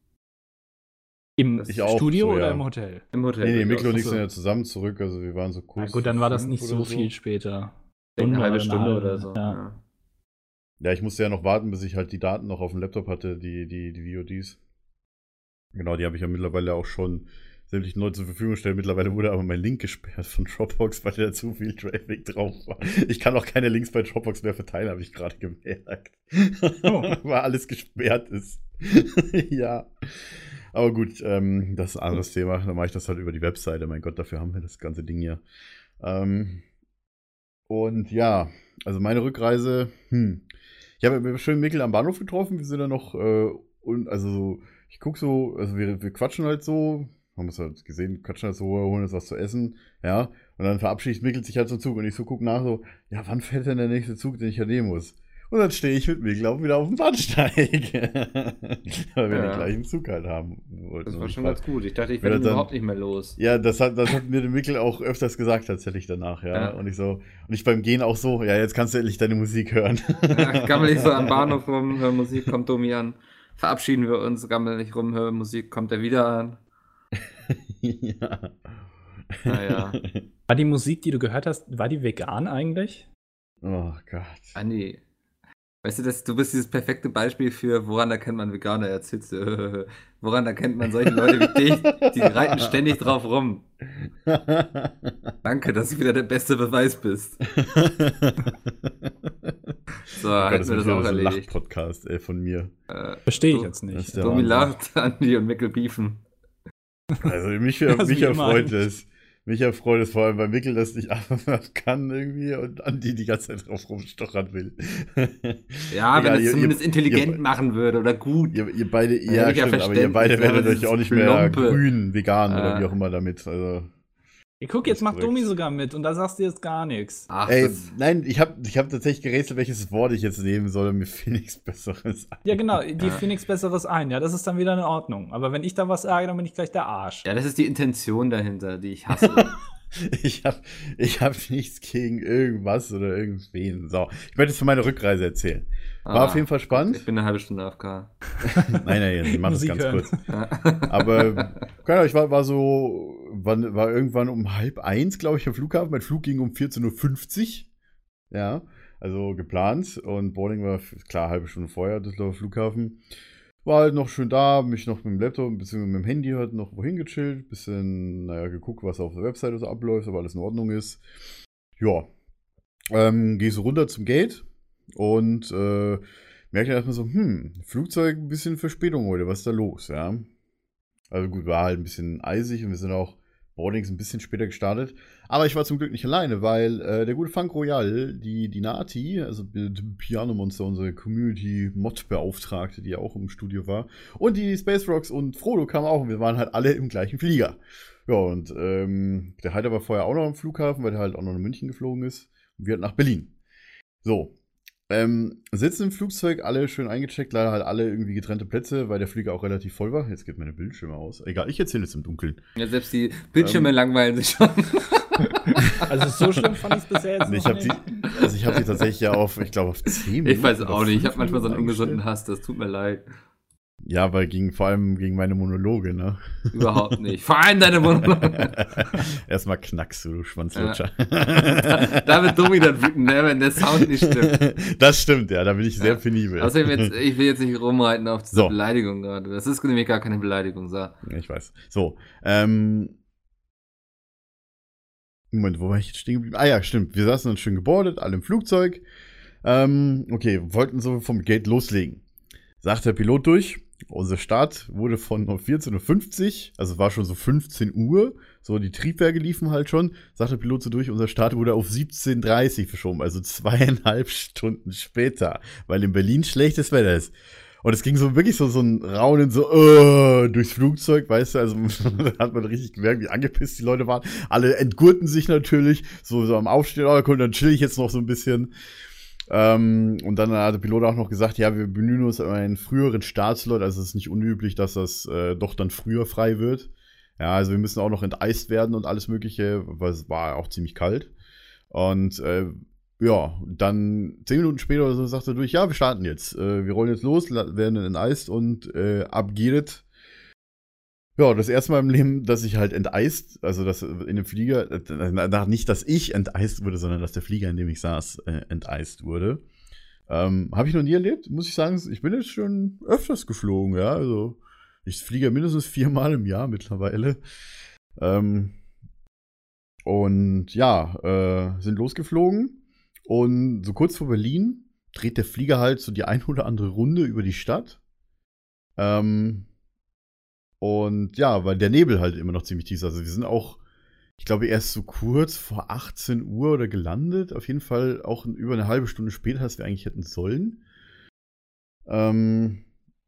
Im Ich auch, Studio so, oder ja. im Hotel? Im Hotel. Nee, nee, bin Mikkel und ich Achso. sind ja zusammen zurück, also wir waren so Na kurz. gut, dann war das fünf nicht so oder viel später. Eine Stunde halbe oder Stunde eine oder halbe, so. ja. Ja. Ja, ich musste ja noch warten, bis ich halt die Daten noch auf dem Laptop hatte, die, die, die V O Ds. Genau, die habe ich ja mittlerweile auch schon sämtlichen Leuten zur Verfügung gestellt. Mittlerweile wurde aber mein Link gesperrt von Dropbox, weil da zu viel Traffic drauf war. Ich kann auch keine Links bei Dropbox mehr verteilen, habe ich gerade gemerkt. Oh. Weil alles gesperrt ist. Ja. Aber gut, ähm, das ist ein anderes Thema. Dann mache ich das halt über die Webseite. Mein Gott, dafür haben wir das ganze Ding ja. Ähm, Und ja, also meine Rückreise, hm. Ich habe mir schön Mikkel am Bahnhof getroffen, wir sind dann noch, äh, und also so, ich guck so, also wir, wir quatschen halt so, haben es halt gesehen, quatschen halt so, holen uns was zu essen, ja, und dann verabschiedet Mikkel sich halt zum Zug und ich so guck nach so, ja, wann fährt denn der nächste Zug, den ich halt nehmen muss? Und dann stehe ich mit Mikkel auch wieder auf dem Bahnsteig. Weil wir Ja. den gleichen Zug halt haben wollten. Das Und war ich schon war- ganz gut. Ich dachte, ich Wenn werde er dann- überhaupt nicht mehr los. Ja, das hat, das hat mir der Mikkel auch öfters gesagt, tatsächlich danach, ja. Ja. Und ich so, und ich beim Gehen auch so, ja, jetzt kannst du endlich deine Musik hören. Ja, gammel ich so am Bahnhof rum, hör Musik, kommt Domi an. Verabschieden wir uns, gammel nicht rum, hör Musik, kommt er wieder an. ja. Naja. War die Musik, die du gehört hast, war die vegan eigentlich? Oh Gott. Andi, weißt du, das, du bist dieses perfekte Beispiel für, woran erkennt man Veganer, erzählst du. Woran erkennt man solche Leute wie dich? Die reiten ständig drauf rum. Danke, dass du wieder der beste Beweis bist. So, Oh Gott, hätten wir das wieder auch so ein erledigt. Lach-Podcast äh, von mir. Äh, Verstehe ich Du- jetzt Das nicht. ist der Domi Wahnsinn. lacht, Andi und Mickel beefen. Also mich, Ja, so mich wie immer erfreut eigentlich. es. Mich erfreut es vor allem, weil Mikkel das nicht abmachen kann irgendwie und Andi die ganze Zeit drauf rumstochern will. Ja, wenn Egal, es ihr- zumindest ihr- intelligent ihr- machen würde oder gut. Ihr, ihr beide, Ja, ja, ich ja stimmt, aber ihr beide Verständnis, werdet aber euch das auch ist nicht mehr Plumpe. grün, vegan oder Äh. wie auch immer damit. Also, Ich guck, jetzt Das macht korrekt. Domi sogar mit und da sagst du jetzt gar nichts. Ach, ey, das, nein, ich habe ich hab tatsächlich gerätselt, welches Wort ich jetzt nehmen soll, und mir fiel nichts Besseres ein. Ja, genau, die Ja. fiel nichts Besseres ein. Ja, das ist dann wieder in Ordnung. Aber wenn ich da was sage, dann bin ich gleich der Arsch. ja, das ist die Intention dahinter, die ich hasse. Ich habe ich hab nichts gegen irgendwas oder irgendwen. So, ich möchte jetzt von meiner Rückreise erzählen. War Ah, auf jeden Fall Ich spannend. bin eine halbe Stunde A F K. Nein, nein, ich mach das Musik ganz hören. kurz. Aber keine Ahnung, ich war, war so, war, war irgendwann um halb eins, glaube ich, am Flughafen. Mein Flug ging um vierzehn Uhr fünfzig. Ja, also geplant. Und Boarding war, klar, halbe Stunde vorher, Düsseldorfer Flughafen. War halt noch schön da, mich noch mit dem Laptop bzw. mit dem Handy halt noch wohin gechillt. Bisschen, naja, geguckt, was auf der Webseite so abläuft, ob alles in Ordnung ist. Ja. Ähm, geh so runter zum Gate und äh, merke dann erstmal so, hm, Flugzeug, ein bisschen Verspätung heute, was ist da los, ja? Also gut, war halt ein bisschen eisig und wir sind auch Boardings ein bisschen später gestartet. Aber ich war zum Glück nicht alleine, weil äh, der gute Funk Royal, die, die Nati, also die Piano Monster, unsere Community-Mod-Beauftragte, die ja auch im Studio war, und die Space Rocks und Frodo kamen auch und wir waren halt alle im gleichen Flieger. Ja, und ähm, der Heider war vorher auch noch am Flughafen, weil der halt auch noch nach München geflogen ist. Und wir halt nach Berlin. So. Ähm, sitzen im Flugzeug, alle schön eingecheckt, leider halt alle irgendwie getrennte Plätze, weil der Flieger auch relativ voll war. Jetzt geht meine Bildschirme aus. Egal, ich erzähle jetzt im Dunkeln. Ja, selbst die Bildschirme langweilen sich schon. Also so schlimm fand ich es bisher jetzt Ich noch habe die, nicht. also ich habe die tatsächlich ja auf, ich glaube auf zehn Minuten. Ich weiß oder auch nicht, ich fünf habe manchmal so einen Minuten ungesunden eingestellt. Hass, das tut mir leid. Ja, weil gegen, vor allem gegen meine Monologe, ne? Überhaupt nicht. Vor allem deine Wohnung. Erstmal knackst du, du Schwanzlutscher. Da wird Domi dann wütend, ne, wenn der Sound nicht stimmt. Das stimmt, ja, da bin ich sehr Ja. penibel. Außerdem, jetzt, ich will jetzt nicht rumreiten auf diese So. Beleidigung gerade. Das ist nämlich gar keine Beleidigung, so. Ja, ich weiß. So, ähm. Moment, wo war ich jetzt stehen geblieben? Ah ja, stimmt. Wir saßen dann schön gebordet, alle im Flugzeug. Ähm, okay, wollten so vom Gate loslegen. Sagt der Pilot durch. Unser Start wurde von vierzehn Uhr fünfzig, also war schon so fünfzehn Uhr. So, die Triebwerke liefen halt schon. Sagt der Pilot so durch, unser Start wurde auf siebzehn Uhr dreißig verschoben, also zweieinhalb Stunden später, weil in Berlin schlechtes Wetter ist. Und es ging so wirklich so, so ein Raunen, so uh, durchs Flugzeug, weißt du, also da hat man richtig gemerkt, wie angepisst die Leute waren. Alle entgurten sich natürlich, so, so am Aufstehen, oh, komm, dann chill ich jetzt noch so ein bisschen. Ähm, und dann hat der Pilot auch noch gesagt, ja, wir bemühen uns um einen früheren Startslot, also es ist nicht unüblich, dass das äh, doch dann früher frei wird. Ja, also wir müssen auch noch enteist werden und alles mögliche, weil es war auch ziemlich kalt. Und äh, ja, dann zehn Minuten später oder so sagt er durch, ja, wir starten jetzt. Äh, wir rollen jetzt los, werden enteist und äh, ab geht es. Ja, das erste Mal im Leben, dass ich halt enteist, also dass in dem Flieger, äh, nicht, dass ich enteist wurde, sondern dass der Flieger, in dem ich saß, äh, enteist wurde. Ähm, Habe ich noch nie erlebt, muss ich sagen. Ich bin jetzt schon öfters geflogen, ja. Also ich fliege mindestens viermal im Jahr mittlerweile. Ähm, und ja, äh, sind losgeflogen. Und so kurz vor Berlin dreht der Flieger halt so die ein oder andere Runde über die Stadt. Ähm, Und ja, weil der Nebel halt immer noch ziemlich tief ist. Also wir sind auch ich glaube, erst so kurz vor achtzehn Uhr oder gelandet. Auf jeden Fall auch über eine halbe Stunde später, als wir eigentlich hätten sollen. Ähm,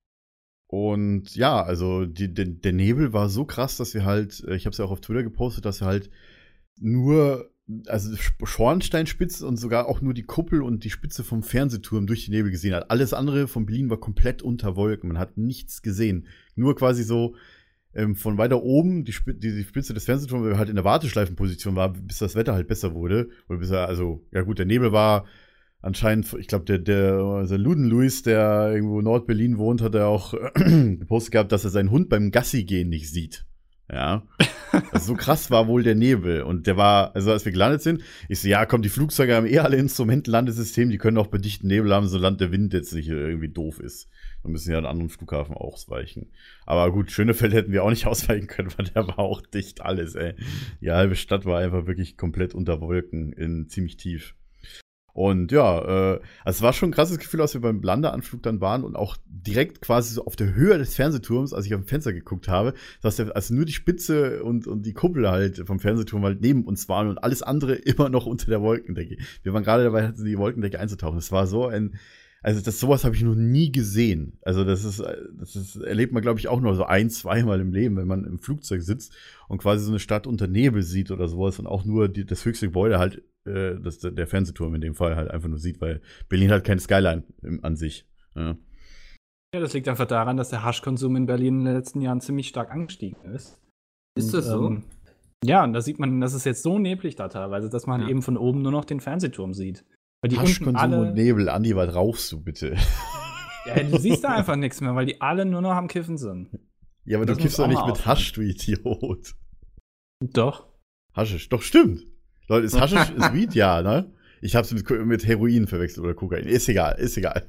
und ja, also die, der, der Nebel war so krass, dass wir halt, ich habe es ja auch auf Twitter gepostet, dass wir halt nur, also Schornsteinspitze und sogar auch nur die Kuppel und die Spitze vom Fernsehturm durch die Nebel gesehen hat. Alles andere von Berlin war komplett unter Wolken. Man hat nichts gesehen. Nur quasi so ähm, von weiter oben die, Sp- die, die Spitze des Fernsehturms, weil wir halt in der Warteschleifenposition war, bis das Wetter halt besser wurde. Oder bis er, also, ja gut, der Nebel war anscheinend, ich glaube, der, der, also Luden Luis, der irgendwo in Nord-Berlin wohnt, hat er auch gepostet gehabt, dass er seinen Hund beim Gassi gehen nicht sieht. Ja. Also so krass war wohl der Nebel. Und der war, also als wir gelandet sind, ich so, ja, komm, die Flugzeuge haben eh alle Instrumentenlandesystem, die können auch bei dichten Nebel haben, solange der Wind jetzt nicht irgendwie doof ist. Dann müssen ja an anderen Flughafen ausweichen. Aber gut, Schönefeld hätten wir auch nicht ausweichen können, weil der war auch dicht alles, ey. Die halbe Stadt war einfach wirklich komplett unter Wolken, in ziemlich tief. Und ja, äh, also es war schon ein krasses Gefühl, als wir beim Landeanflug dann waren und auch direkt quasi so auf der Höhe des Fernsehturms, als ich auf dem Fenster geguckt habe, dass der, also nur die Spitze und, und die Kuppel halt vom Fernsehturm halt neben uns waren und alles andere immer noch unter der Wolkendecke. Wir waren gerade dabei, die Wolkendecke einzutauchen. Das war so ein, also das sowas habe ich noch nie gesehen. Also das ist, das ist, erlebt man, glaube ich, auch nur so ein, zweimal im Leben, wenn man im Flugzeug sitzt und quasi so eine Stadt unter Nebel sieht oder sowas und auch nur die, das höchste Gebäude halt, äh, das, der Fernsehturm in dem Fall halt einfach nur sieht, weil Berlin hat keine Skyline im, an sich. Ja. Ja, das liegt einfach daran, dass der Haschkonsum in Berlin in den letzten Jahren ziemlich stark angestiegen ist. Ist das so? Ähm, ja, und da sieht man, das ist jetzt so neblig da teilweise, dass man Ja. eben von oben nur noch den Fernsehturm sieht. Weil die unten Haschkonsum alle, und Nebel. Andi, was rauchst du bitte? ja, du siehst da einfach nichts mehr, weil die alle nur noch am Kiffen sind. Ja, aber Das du kiffst muss doch auch nicht mal mit Hasch, du Idiot. Doch. Haschisch, doch stimmt. Leute, ist Haschisch ist Weed? Ja, ne? Ich hab's mit, mit Heroin verwechselt oder Kokain. Ist egal, ist egal.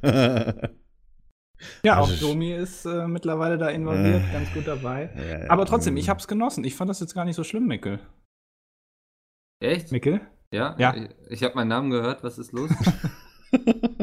Ja, auch Haschisch. Domi ist äh, mittlerweile da involviert, Äh. ganz gut dabei. Ja, ja, Aber trotzdem, ähm. ich hab's genossen. Ich fand das jetzt gar nicht so schlimm, Mickel. Echt? Mickel? Ja? Ja. Ich, ich habe meinen Namen gehört, was ist los? du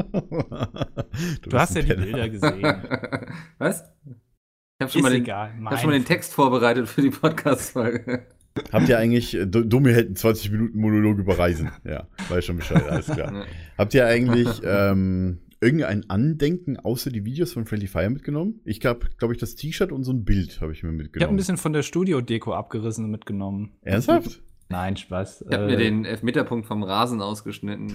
Du bist hast ja ein die Penner. Bilder gesehen. Was? Ich habe schon, Ist mal den- egal. ich hab schon mal den Text vorbereitet für die Podcast-Folge. Habt ihr eigentlich, äh, Domi hält einen zwanzig Minuten Monolog über Reisen. Ja, weiß schon Bescheid, alles klar. Ja. Habt ihr eigentlich ähm, irgendein Andenken außer die Videos von Friendly Fire mitgenommen? Ich glaube, glaube ich, das T-Shirt und so ein Bild habe ich mir Ich habe ein mitgenommen. bisschen von der Studio-Deko abgerissen und mitgenommen. Ernsthaft? Nein, Spaß. Ich habe Äh, mir den Elfmeterpunkt vom Rasen ausgeschnitten.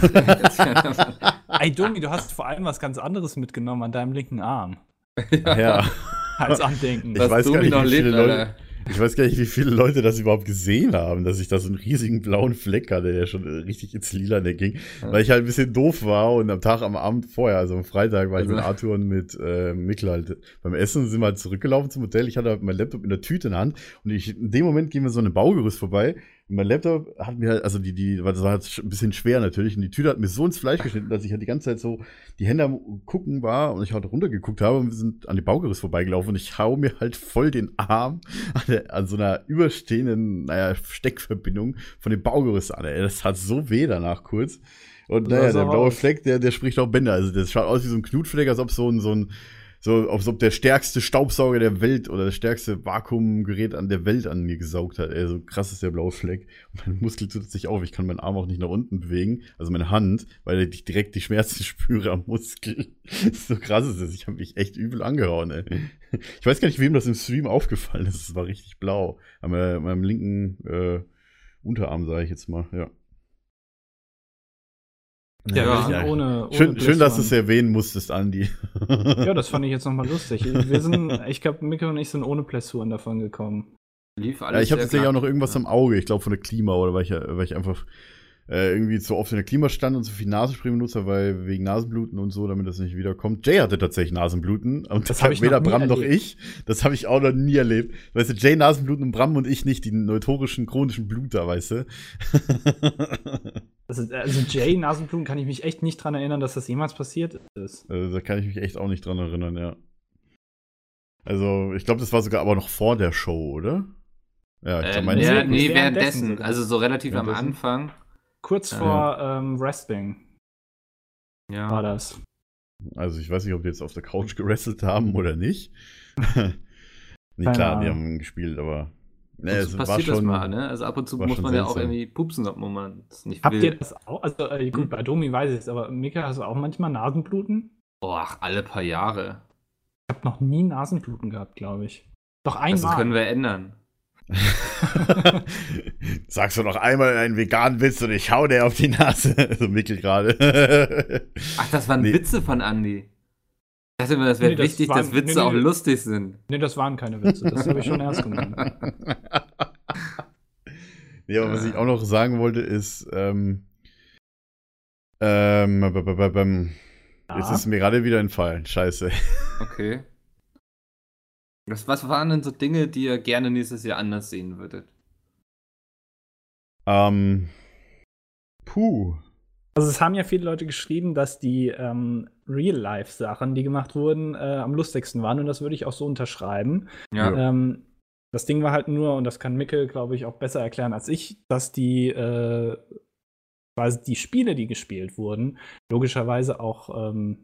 Ey, Domi, du hast vor allem was ganz anderes mitgenommen an deinem linken Arm. Ach ja. Als Andenken. Ich Dass weiß gar Domi nicht, noch wie viele lebt, Leute- Alter. Ich weiß gar nicht, wie viele Leute das überhaupt gesehen haben, dass ich da so einen riesigen blauen Fleck hatte, der schon richtig ins Lilane ging. Ja. Weil ich halt ein bisschen doof war und am Tag, am Abend vorher, also am Freitag, war ich Also- mit Arthur und mit äh, Mikkel halt beim Essen, sind wir halt zurückgelaufen zum Hotel. Ich hatte halt meinen Laptop in der Tüte in der Hand und ich, in dem Moment gehen wir so eine Baugerüst vorbei. Und mein Laptop hat mir halt, also die, die, das war halt ein bisschen schwer natürlich. Und die Tüte hat mir so ins Fleisch geschnitten, dass ich halt die ganze Zeit so die Hände am Gucken war und ich halt runtergeguckt habe und wir sind an die Baugerüst vorbeigelaufen und ich hau mir halt voll den Arm an, der, an so einer überstehenden, naja, Steckverbindung von dem Baugerüst an. Ey. Das hat so weh danach kurz. Und Sah naja, so der blaue aus. Fleck, der, der spricht auch Bänder. Also das schaut aus wie so ein Knutfleck, als ob so ein, so ein So, als ob der stärkste Staubsauger der Welt oder das stärkste Vakuumgerät an der Welt an mir gesaugt hat. Ey, so krass ist der blaue Fleck. Und mein Muskel tut sich auf. Ich kann meinen Arm auch nicht nach unten bewegen, also meine Hand, weil ich direkt die Schmerzen spüre am Muskel. So krass ist es. Ich habe mich echt übel angehauen, ey. Ich weiß gar nicht, wem das im Stream aufgefallen ist. Es war richtig blau. An meinem, meinem linken äh, Unterarm, sage ich jetzt mal, ja. Ja, Ja. wir sind ohne, ohne Schön, schön, dass du Blessuren. es erwähnen musstest, Andi. Ja, das fand ich jetzt nochmal lustig. Wir sind, ich glaube, Mikkel und ich sind ohne Blessuren davon gekommen. Lief Ja, alles ich habe sehr tatsächlich auch noch knapp. irgendwas am Auge, ich glaube von der Klima, oder weil ich, weil ich einfach äh, irgendwie so oft in der Klima stand und so viel Nasenspray benutzt habe, weil wegen Nasenbluten und so, damit das nicht wiederkommt. Jay hatte tatsächlich Nasenbluten und Das hab ich weder noch nie Bram noch erlebt. ich. Das habe ich auch noch nie erlebt. Weißt du, Jay Nasenbluten und Bram und ich nicht, die notorischen chronischen Bluter, weißt du. Das ist, also Jay Nasenblumen kann ich mich echt nicht dran erinnern, dass das jemals passiert ist. Also, da kann ich mich echt auch nicht dran erinnern, ja. Also, ich glaube, das war sogar aber noch vor der Show, oder? Ja, ich Äh, glaube, meine nee, Nee, nee, währenddessen währenddessen. sogar. Also so relativ am Währenddessen? Anfang. Kurz Ja. vor ähm, Wrestling war Ja. das. Also ich weiß nicht, ob die jetzt auf der Couch gewrestelt haben oder nicht. Nee, Keine klar, die Ahnung. haben gespielt, aber Nee, Und es so war passiert das schon- mal, ne? Also ab und zu war muss schon man ja auch seltsam. irgendwie pupsen, ob man das nicht Habt will. ihr das auch? Also äh, gut, Hm? bei Domi weiß ich es, aber Mika, hast du auch manchmal Nasenbluten? Oh, ach, alle paar Jahre. Ich habe noch nie Nasenbluten gehabt, glaube ich. Doch Das einmal. können wir ändern. Sagst du noch einmal einen veganen Witz und ich hau dir auf die Nase. So Mikkel gerade. Ach, das waren Nee. Witze von Andy. Ich dachte immer, das wäre Nee, das wichtig, waren- dass Witze nee, nee. auch lustig sind. Nee, das waren keine Witze. Das habe ich schon ernst gemeint. Ja, aber was ich auch noch sagen wollte, ist, ähm, ähm, b- b- b- b- jetzt Ja. ist mir gerade wieder entfallen. Scheiße. Okay. Das, was waren denn so Dinge, die ihr gerne nächstes Jahr anders sehen würdet? Ähm, puh. Also es haben ja viele Leute geschrieben, dass die ähm, Real-Life-Sachen, die gemacht wurden, äh, am lustigsten waren. Und das würde ich auch so unterschreiben. Ja. Ähm, das Ding war halt nur, und das kann Mikkel, glaube ich, auch besser erklären als ich, dass die äh, quasi die Spiele, die gespielt wurden, logischerweise auch ähm,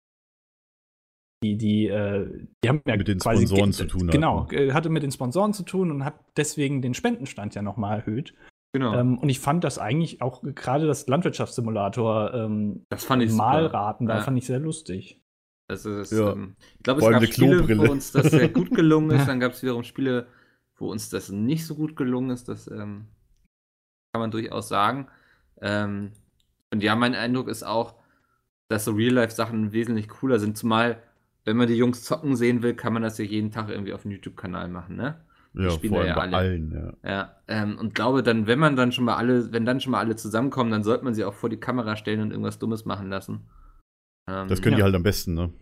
die, die, äh, die haben ja Mit den quasi Sponsoren ge- zu tun Genau, hatten. äh, hatte mit den Sponsoren zu tun und hat deswegen den Spendenstand ja nochmal erhöht. Genau. Ähm, und ich fand das eigentlich auch gerade das Landwirtschaftssimulator ähm, das fand ich super. Malraten, da Ja. fand ich sehr lustig. Also das, Ja. ähm, ich glaube, es Vor allem gab eine Spiele, Klobrille. wo uns das sehr gut gelungen ist. Dann gab es wiederum Spiele, wo uns das nicht so gut gelungen ist. Das ähm, kann man durchaus sagen. Ähm, und ja, mein Eindruck ist auch, dass so Real-Life-Sachen wesentlich cooler sind. Zumal, wenn man die Jungs zocken sehen will, kann man das ja jeden Tag irgendwie auf dem YouTube-Kanal machen, ne? Ja, spielen vor da allem ja bei alle. allen, ja. Ja, ähm, und glaube dann, wenn man dann schon mal alle, wenn dann schon mal alle zusammenkommen, dann sollte man sie auch vor die Kamera stellen und irgendwas Dummes machen lassen. Ähm, Das können die Ja. halt am besten, ne?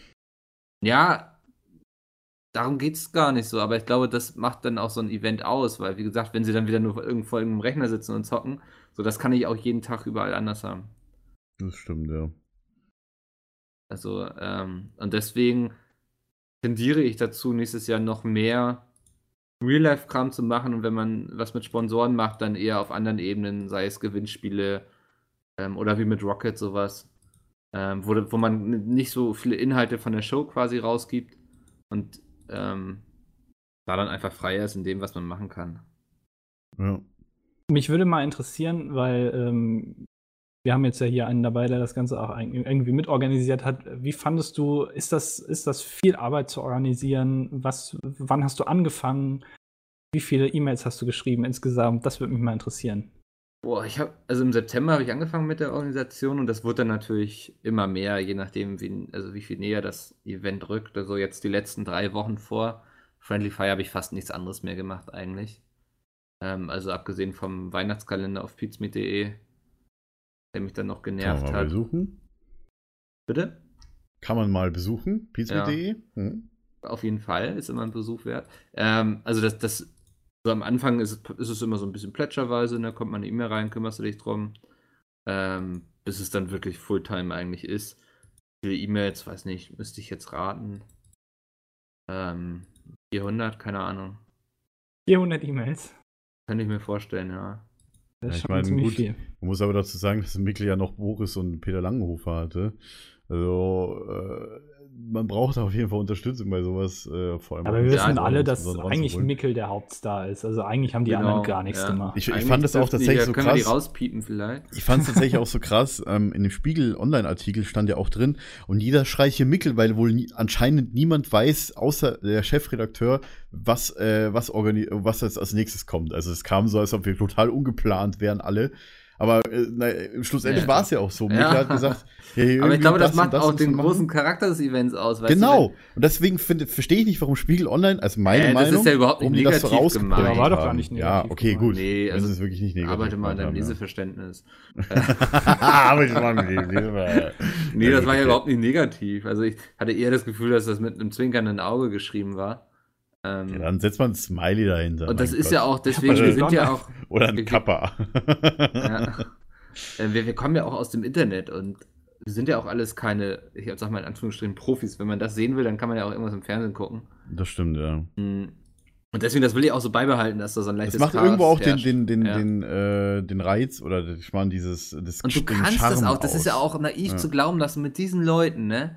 Ja, darum geht es gar nicht so, aber ich glaube, das macht dann auch so ein Event aus, weil, wie gesagt, wenn sie dann wieder nur irgendwo vor irgendeinem Rechner sitzen und zocken, so das kann ich auch jeden Tag überall anders haben. Das stimmt, ja. Also, ähm, und deswegen tendiere ich dazu, nächstes Jahr noch mehr Real-Life-Kram zu machen und wenn man was mit Sponsoren macht, dann eher auf anderen Ebenen, sei es Gewinnspiele ähm, oder wie mit Rocket sowas, ähm, wo, wo man n- nicht so viele Inhalte von der Show quasi rausgibt und ähm, da dann einfach freier ist in dem, was man machen kann. Ja. Mich würde mal interessieren, weil ähm, wir haben jetzt ja hier einen dabei, der das Ganze auch ein- irgendwie mitorganisiert hat. Wie fandest du, ist das, ist das viel Arbeit zu organisieren? Was, wann hast du angefangen? Wie viele E-Mails hast du geschrieben insgesamt? Das würde mich mal interessieren. Boah, ich habe, also im September habe ich angefangen mit der Organisation und das wurde dann natürlich immer mehr, je nachdem, wie, also wie viel näher das Event rückt. Also jetzt die letzten drei Wochen vor Friendly Fire habe ich fast nichts anderes mehr gemacht eigentlich. Ähm, also abgesehen vom Weihnachtskalender auf pizmeet punkt de, der mich dann noch Kann man genervt mal hat. besuchen? Bitte? Kann man mal besuchen? pizmeet punkt de? Hm? Auf jeden Fall, ist immer ein Besuch wert. Ähm, also das, das, so am Anfang ist es, ist es immer so ein bisschen plätscherweise, da kommt mal eine E-Mail rein, kümmerst du dich drum, ähm, bis es dann wirklich Fulltime eigentlich ist. Viele E-Mails, weiß nicht, müsste ich jetzt raten. Ähm, vierhundert, keine Ahnung. vierhundert E-Mails. Könnte ich mir vorstellen, ja. Das Ja, ist ich schon meine, ziemlich gut. viel. Man muss aber dazu sagen, dass Mikkel ja noch Boris und Peter Langenhofer hatte. Also, äh, man braucht auf jeden Fall Unterstützung bei sowas. Äh, vor allem Aber auch wir mit wissen Sponsoren alle, und dass so dran zu eigentlich holen. Mikkel der Hauptstar ist. Also eigentlich haben die Genau, anderen gar nichts ja. gemacht. Ich, ich Eigentlich fand das auch dürften die- tatsächlich so können wir die krass. rauspiepen vielleicht? Ich fand es tatsächlich auch so krass. Ähm, in dem Spiegel-Online-Artikel stand ja auch drin. Und jeder schreit hier Mikkel, weil wohl nie, anscheinend niemand weiß, außer der Chefredakteur, was, äh, was, organi- was jetzt als nächstes kommt. Also es kam so, als ob wir total ungeplant wären alle. Aber äh, na, schlussendlich Ja. war es ja auch so. Ja. Mikkel hat gesagt, hey, Aber ich irgendwie glaube, das, und macht auch müssen den wir machen. großen Charakter des Events aus. Weißt Genau. Du, Und deswegen finde- verstehe ich nicht, warum Spiegel Online, also meine Äh, das Meinung, ist ja überhaupt nicht warum die das so negativ rausgebracht gemeint. Ja, war doch gar haben. nicht Ja, negativ okay, gemeint. gut. Nee, Wenn also sie es wirklich nicht wenn, negativ arbeite mal an deinem gemeint haben, Leseverständnis. ja. Aber ich mag mich nicht. Nee, das war ja überhaupt nicht negativ. Also ich hatte eher das Gefühl, dass das mit einem zwinkernden Auge geschrieben war. Ähm, Ja, dann setzt man ein Smiley dahinter. und das mein ist Gott. ja auch, deswegen, Oder- wir sind ja auch, Oder ein wir- Kappa. ja, äh, wir, wir kommen ja auch aus dem Internet und wir sind ja auch alles keine, ich sag mal in Anführungsstrichen Profis. Wenn man das sehen will, dann kann man ja auch irgendwas im Fernsehen gucken. Das stimmt, ja. Mm. Und deswegen, das will ich auch so beibehalten, dass da so ein leichtes Das macht Chaos irgendwo auch den, herrscht. den, den, Ja. den, äh, den Reiz oder ich meine, dieses das Und du den kannst Charme das auch, das ist ja aus. auch naiv Ja. zu glauben, dass du mit diesen Leuten, ne,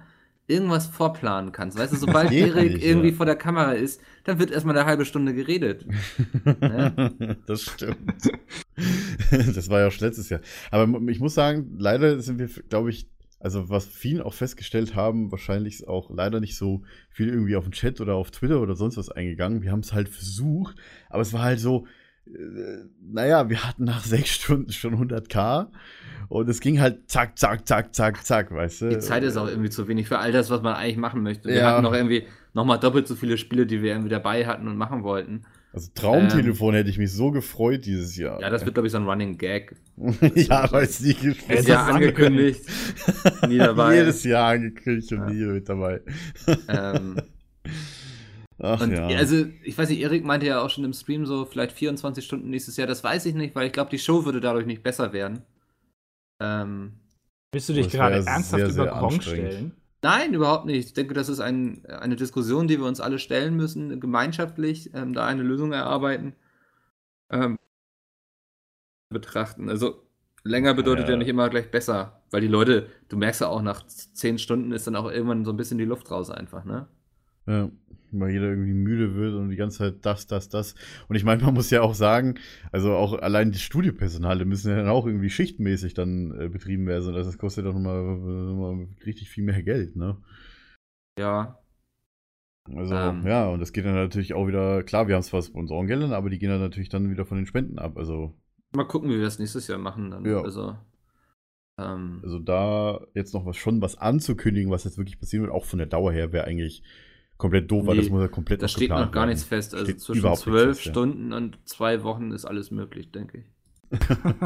irgendwas vorplanen kannst. Weißt du, sobald Geht Erik nicht, irgendwie ja. vor der Kamera ist, dann wird erstmal eine halbe Stunde geredet. Das stimmt. Das war ja auch schon letztes Jahr. Aber ich muss sagen, leider sind wir, glaube ich, also was vielen auch festgestellt haben, wahrscheinlich auch leider nicht so viel irgendwie auf den Chat oder auf Twitter oder sonst was eingegangen. Wir haben es halt versucht, aber es war halt so, äh, naja, wir hatten nach sechs Stunden schon hundert K und es ging halt zack, zack, zack, zack, zack, weißt du. Die Zeit ist auch irgendwie zu wenig für all das, was man eigentlich machen möchte. Wir Ja. hatten noch irgendwie nochmal doppelt so viele Spiele, die wir irgendwie dabei hatten und machen wollten. Also Traumtelefon hätte ich mich so gefreut dieses Jahr. Ja, das wird, glaube ich, so ein Running Gag. Ja, weil es nie gespielt Ist Ja, ja das ist angekündigt. Nie dabei. Jedes Jahr angekündigt und Ja. nie mit dabei. Ähm, Ach und ja. also, ich weiß nicht, Erik meinte ja auch schon im Stream so, vielleicht vierundzwanzig Stunden nächstes Jahr. Das weiß ich nicht, weil ich glaube, die Show würde dadurch nicht besser werden. Ähm, Willst du dich Das gerade wäre ernsthaft sehr, sehr über Gronk anstrengend. stellen? Nein, überhaupt nicht. Ich denke, das ist ein, eine Diskussion, die wir uns alle stellen müssen, gemeinschaftlich, ähm, da eine Lösung erarbeiten, ähm, betrachten. Also länger bedeutet ja. Ja. ja nicht immer gleich besser, weil die Leute, du merkst ja auch, nach zehn Stunden ist dann auch irgendwann so ein bisschen die Luft raus einfach, ne? Ja, weil jeder irgendwie müde wird und die ganze Zeit das, das, das. Und ich meine, man muss ja auch sagen, also auch allein die Studiopersonale müssen ja dann auch irgendwie schichtmäßig dann äh, betrieben werden. Also das kostet doch nochmal noch mal richtig viel mehr Geld, ne? Ja. Also, Ähm. ja, und das geht dann natürlich auch wieder, klar, wir haben zwar Sponsorengelder, aber die gehen dann natürlich dann wieder von den Spenden ab. Also, Mal gucken, wie wir das nächstes Jahr machen dann. Ja. Also, ähm, also da jetzt noch was schon was anzukündigen, was jetzt wirklich passieren wird, auch von der Dauer her, wäre eigentlich komplett doof, weil Nee, das muss ja komplett da noch steht noch geplant gar werden. nichts fest. Also Steht zwischen überhaupt nichts zwölf fest, ja. Stunden und zwei Wochen ist alles möglich, denke ich.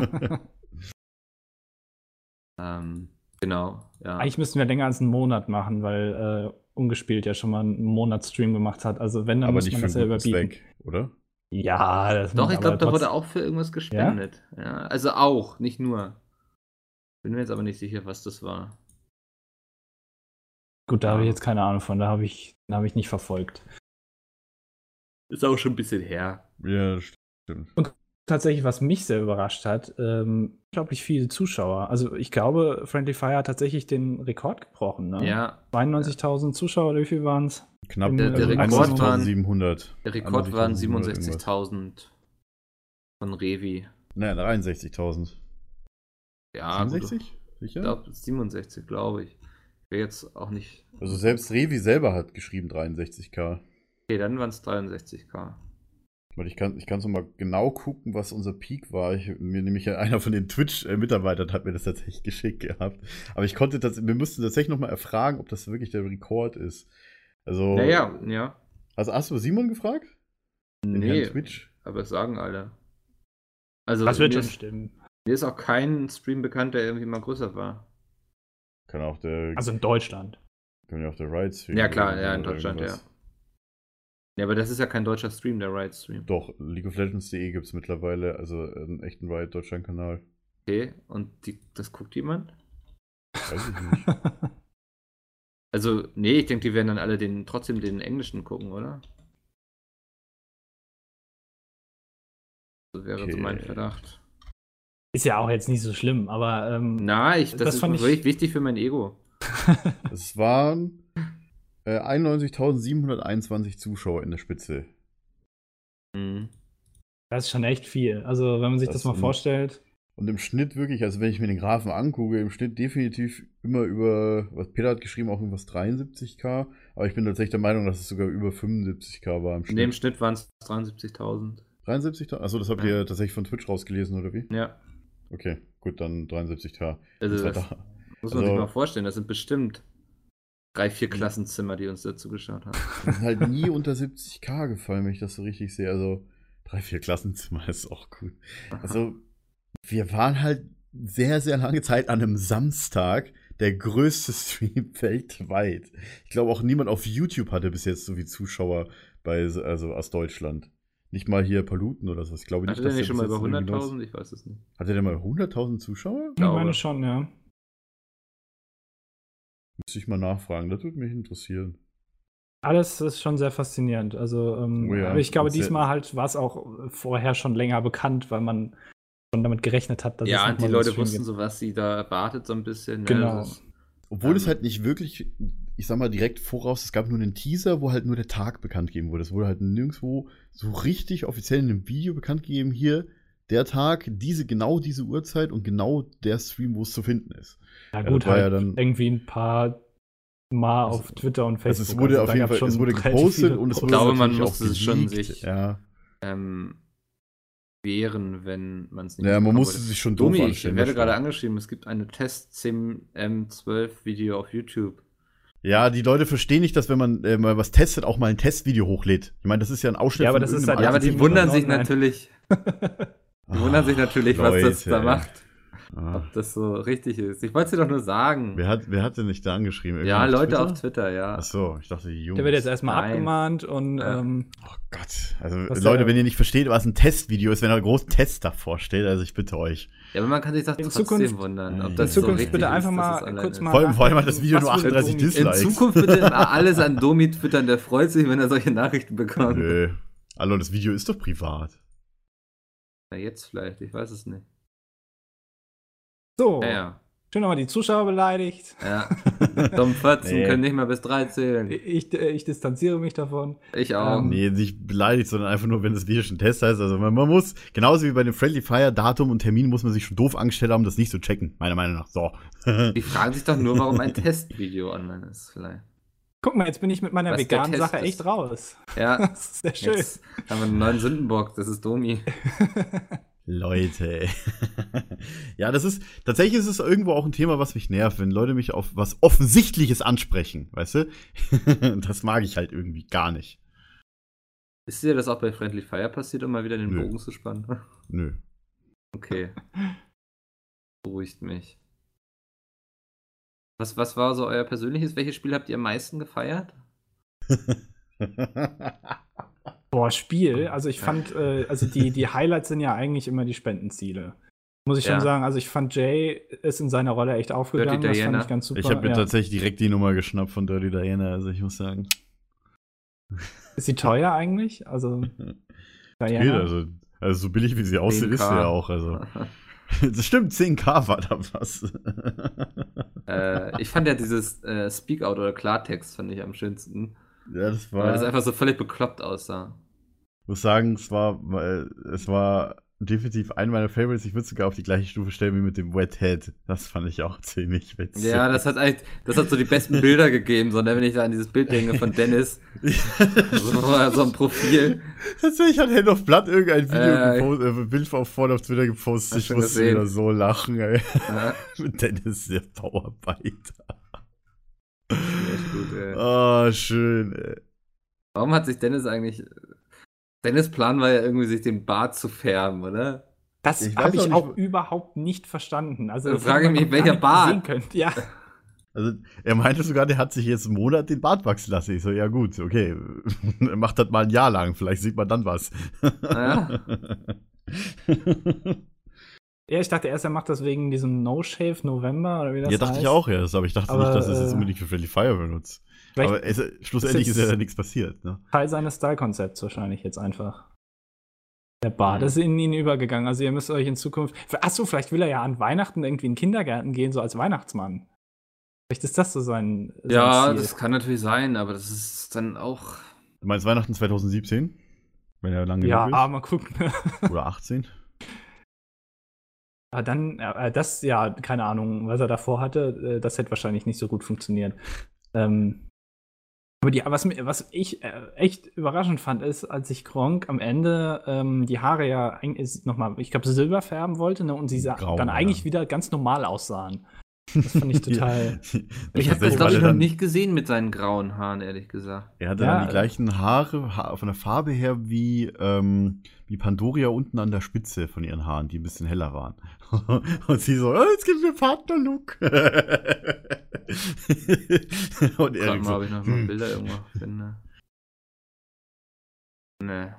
Ähm, genau, ja. Eigentlich müssten wir länger als einen Monat machen, weil äh, Ungespielt ja schon mal einen Monat-Stream gemacht hat. Also wenn, dann Aber muss nicht man für das einen ja guten überbieten. Zweck, oder? Ja, das Doch, ich aber glaube, da wurde trotz- auch für irgendwas gespendet. Ja? Also auch, nicht nur. Bin mir jetzt aber nicht sicher, was das war. Gut, da Ja. habe ich jetzt keine Ahnung von. Da habe ich, da habe ich nicht verfolgt. Ist auch schon ein bisschen her. Ja, das stimmt. Tatsächlich, was mich sehr überrascht hat, ähm, unglaublich viele Zuschauer. Also ich glaube, Friendly Fire hat tatsächlich den Rekord gebrochen. Ne? Ja, zweiundneunzigtausend Zuschauer, oder wie viel waren es? Knapp Der- der Rekord einundsechzigtausendsiebenhundert. der Rekord waren einundsechzigtausendsiebenhundert siebenundsechzigtausend von Revi. Nein, dreiundsechzigtausend. Ja, gut. siebenundsechzig? Ich Sicher? glaube, siebenundsechzig, glaube ich. Wäre jetzt auch nicht. Also selbst Revi selber hat geschrieben dreiundsechzig K. Okay, dann waren es dreiundsechzig K. Weil ich kann, ich kann so mal genau gucken, was unser Peak war. Ich, mir nämlich einer von den Twitch-Mitarbeitern hat mir das tatsächlich geschickt gehabt. Aber ich konnte das, wir mussten tatsächlich nochmal erfragen, ob das wirklich der Rekord ist. Also. Naja, ja. Also hast du Simon gefragt? Den Nee, Herrn Twitch? aber das sagen alle. Also, Das wird mir schon ist, stimmen. mir ist auch kein Stream bekannt, der irgendwie mal größer war. Kann auch der, Also in Deutschland. kann ja auch der Riot Stream. Ja, klar, oder ja, in Deutschland, irgendwas. ja. Ja, aber das ist ja kein deutscher Stream, der Riot-Stream. Doch, League of Legends Punkt de gibt es mittlerweile, also einen echten Riot Deutschland-Kanal. Okay, und die, das guckt jemand? Weiß ich nicht. Also, nee, ich denke, die werden dann alle den, trotzdem den englischen gucken, oder? Das wäre so mein Okay. Verdacht. Ist ja auch jetzt nicht so schlimm, aber ähm, Na, ich, das, Das ist fand ich- wirklich wichtig für mein Ego. Es waren äh, einundneunzigtausendsiebenhunderteinundzwanzig Zuschauer in der Spitze. Mhm. das ist schon echt viel. Also wenn man sich Das das, mal sind- vorstellt. Und im Schnitt wirklich, also wenn ich mir den Graphen angucke, im Schnitt definitiv immer über, was Peter hat geschrieben, auch irgendwas dreiundsiebzig K. Aber ich bin tatsächlich der Meinung, dass es sogar über fünfundsiebzig K war im In dem Schnitt. Schnitt waren es dreiundsiebzigtausend. dreiundsiebzigtausend? Achso, das habt ihr tatsächlich von Twitch rausgelesen, oder wie? Ja, Okay, gut, dann dreiundsiebzig K. also Das war das da. muss man also- sich mal vorstellen. Das sind bestimmt drei, vier Klassenzimmer, die uns dazu geschaut haben. Wir sind halt nie unter siebzig K gefallen, wenn ich das so richtig sehe. Also drei, vier Klassenzimmer ist auch gut. Also wir waren halt sehr, sehr lange Zeit an einem Samstag der größte Stream weltweit. Ich glaube auch niemand auf YouTube hatte bis jetzt so wie Zuschauer bei, also aus Deutschland. Nicht mal hier Paluten oder so. Ich glaube nicht, Hatte der dass nicht schon mal bis über jetzt irgendwie hunderttausend? Ich weiß es nicht. was- Hatte der mal hunderttausend Zuschauer? Ich glaube. meine schon, ja. Müsste ich mal nachfragen. Das würde mich interessieren. Alles ist schon sehr faszinierend. Also, ähm, Oh ja, aber ich glaube, und sehr- diesmal halt war es auch vorher schon länger bekannt, weil man schon damit gerechnet hat, dass Ja, es und die noch mal so Leute einen Stream wussten gibt. so, was sie da erwartet, so ein bisschen. Ne? Genau. Das ist- Obwohl Ähm. es halt nicht wirklich ich sag mal, direkt voraus, es gab nur einen Teaser, wo halt nur der Tag bekannt gegeben wurde. Es wurde halt nirgendwo so richtig offiziell in einem Video bekannt gegeben, hier, der Tag, diese, genau diese Uhrzeit und genau der Stream, wo es zu finden ist. Ja gut, das war halt ja dann- irgendwie ein paar Mal Also- auf Twitter und Facebook. Also es wurde Also auf da jeden gab's Fall, es schon wurde relativ gepostet viele und es Posts. wurde glaube, man natürlich musste auch es schon geleakt. sich- Ja, Ähm, wehren, wenn man es nicht ja man machen musste wollte. sich schon doof Domi, ich anstellen. werde das gerade stimmt. angeschrieben, es gibt eine Test-C I M M zwölf Video auf YouTube. Ja, die Leute verstehen nicht, dass wenn man äh, mal was testet, auch mal ein Testvideo hochlädt. Ich meine, das ist ja ein Ausschnitt Ja, aber von das ist irgendeinem halt- Ja, aber alten die die Video. wundern sich online. natürlich, die wundern sich natürlich, Ach, was das Leute, da ey. macht. Ah. Ob das so richtig ist. Ich wollte es dir doch nur sagen. Wer hat, wer hat denn nicht da angeschrieben? Ja, Irgendwer Leute auf Twitter, ja. Ach so, ich dachte, die Jungs. Der wird jetzt erstmal Nein. abgemahnt und Ja. ähm, Oh Gott. Also, Was Leute, der- wenn ihr nicht versteht, was ein Testvideo ist, wenn er einen großen Test davor steht, also ich bitte euch. Ja, aber man kann sich doch In trotzdem Zukunft- wundern, In ob das Zukunft so richtig bitte ist, einfach dass mal es online kurz ist. mal- Vor allem, vor allem hat das Video Was nur für achtunddreißig Domi- In Dislikes. Zukunft bitte immer alles an Domi twittern, der freut sich, wenn er solche Nachrichten bekommt. Nö. Hallo, das Video ist doch privat. Na, jetzt vielleicht, ich weiß es nicht. so, Ja, ja. schön nochmal die Zuschauer beleidigt. ja. Tom vierzehn Nee. können nicht mal bis drei zählen. Ich, äh, ich distanziere mich davon. Ich auch. Ähm, Nee, nicht beleidigt, sondern einfach nur, wenn das Video schon Test heißt. Also man, man muss, genauso wie bei dem Friendly Fire, Datum und Termin muss man sich schon doof angestellt haben, das nicht zu checken, meiner Meinung nach. So. Die fragen sich doch nur, warum ein Testvideo online ist, vielleicht. Guck mal, jetzt bin ich mit meiner Was der veganen Test Sache ist. echt raus. Ja, Das ist sehr schön. jetzt haben wir einen neuen Sündenbock, das ist Domi. Leute. Ja, das ist, tatsächlich ist es irgendwo auch ein Thema, was mich nervt, wenn Leute mich auf was Offensichtliches ansprechen, weißt du? Das mag ich halt irgendwie gar nicht. Ist dir das auch bei Friendly Fire passiert, um mal wieder den Nö. Bogen zu spannen? Nö. Okay. Beruhigt mich. Was, was war so euer persönliches? Welches Spiel habt ihr am meisten gefeiert? Boah, Spiel. Also ich fand, äh, also die, die Highlights sind ja eigentlich immer die Spendenziele. Muss ich Ja. schon sagen. Also ich fand Jay ist in seiner Rolle echt aufgegangen. Dirty Das fand Diana. ich ganz super. Ich habe mir ja. tatsächlich direkt die Nummer geschnappt von Dirty Diana, also ich muss sagen. Ist sie teuer eigentlich? Also Geht, Diana? also, also so billig wie sie aussieht, ist sie ja auch. Also. Das stimmt, zehn K war da was. äh, ich fand ja dieses äh, Speak-Out oder Klartext fand ich am schönsten. Ja, das war. Weil das einfach so völlig bekloppt aussah. Ich muss sagen, es war, äh, es war definitiv ein meiner Favorites. Ich würde sogar auf die gleiche Stufe stellen wie mit dem Wet Head. Das fand ich auch ziemlich witzig. Ja, das hat eigentlich, das hat so die besten Bilder gegeben, so, ne, wenn ich da an dieses Bild denke von Dennis, so, so ein Profil. Tatsächlich hat Hand of Blood irgendein Video Äh, gepostet, äh, ein Bild von vorne auf Twitter gepostet. Hast Ich schon musste gesehen. wieder so lachen, ey. Ja, Mit Dennis der Bauarbeiter. echt gut, ey. Ah, schön, ey. Warum hat sich Dennis eigentlich. Dennis' Plan war ja irgendwie, sich den Bart zu färben, oder? Das Ich weiß habe ich auch auch, nicht, überhaupt nicht verstanden. Also Da das frage hätte ich man mich, auch gar welcher nicht Bart? sehen können. Ja. Also, er meinte sogar, der hat sich jetzt einen Monat den Bart wachsen lassen. Ich so, ja gut, okay. Macht das mal ein Jahr lang, vielleicht sieht man dann was. Ja. Ja, ich dachte erst, er macht das wegen diesem No-Shave November oder wie das Ja, dachte heißt. ich auch erst, aber ich dachte Aber, nicht, dass er es jetzt äh, unbedingt für Friendly Fire benutzt. Vielleicht Aber es, schlussendlich ist ist ja jetzt- da nichts passiert, ne? Teil seines Style-Konzepts wahrscheinlich jetzt einfach. Der Bart Mhm. ist in ihn übergegangen. Also ihr müsst euch in Zukunft. Achso, vielleicht will er ja an Weihnachten irgendwie in den Kindergarten gehen, so als Weihnachtsmann. Vielleicht ist das so sein, sein Ja, Ziel. das kann natürlich sein, aber das ist dann auch. Du meinst Weihnachten zwanzig siebzehn? Wenn er lange Ja, genug ah, mal gucken. ist? Oder achtzehn? Aber dann, äh, das, ja, keine Ahnung, was er davor hatte, äh, das hätte wahrscheinlich nicht so gut funktioniert. Ähm, aber die, was, mir- was ich äh, echt überraschend fand, ist, als ich Gronk am Ende ähm, die Haare ja eigentlich nochmal, ich glaube, silber färben wollte, ne, und sie sa- Grau, dann ja. eigentlich wieder ganz normal aussahen. Das fand ich total. Ich habe das, glaube ich, noch nicht gesehen mit seinen grauen Haaren, ehrlich gesagt. Er hatte Ja, dann die gleichen Haare, ha von der Farbe her wie, ähm, wie Pandoria unten an der Spitze von ihren Haaren, die ein bisschen heller waren. Und sie so, oh, jetzt gibt mir Partner-Look. Und Guck Erik mal, so, ob ich noch mal hm. Bilder irgendwo finde. Ne.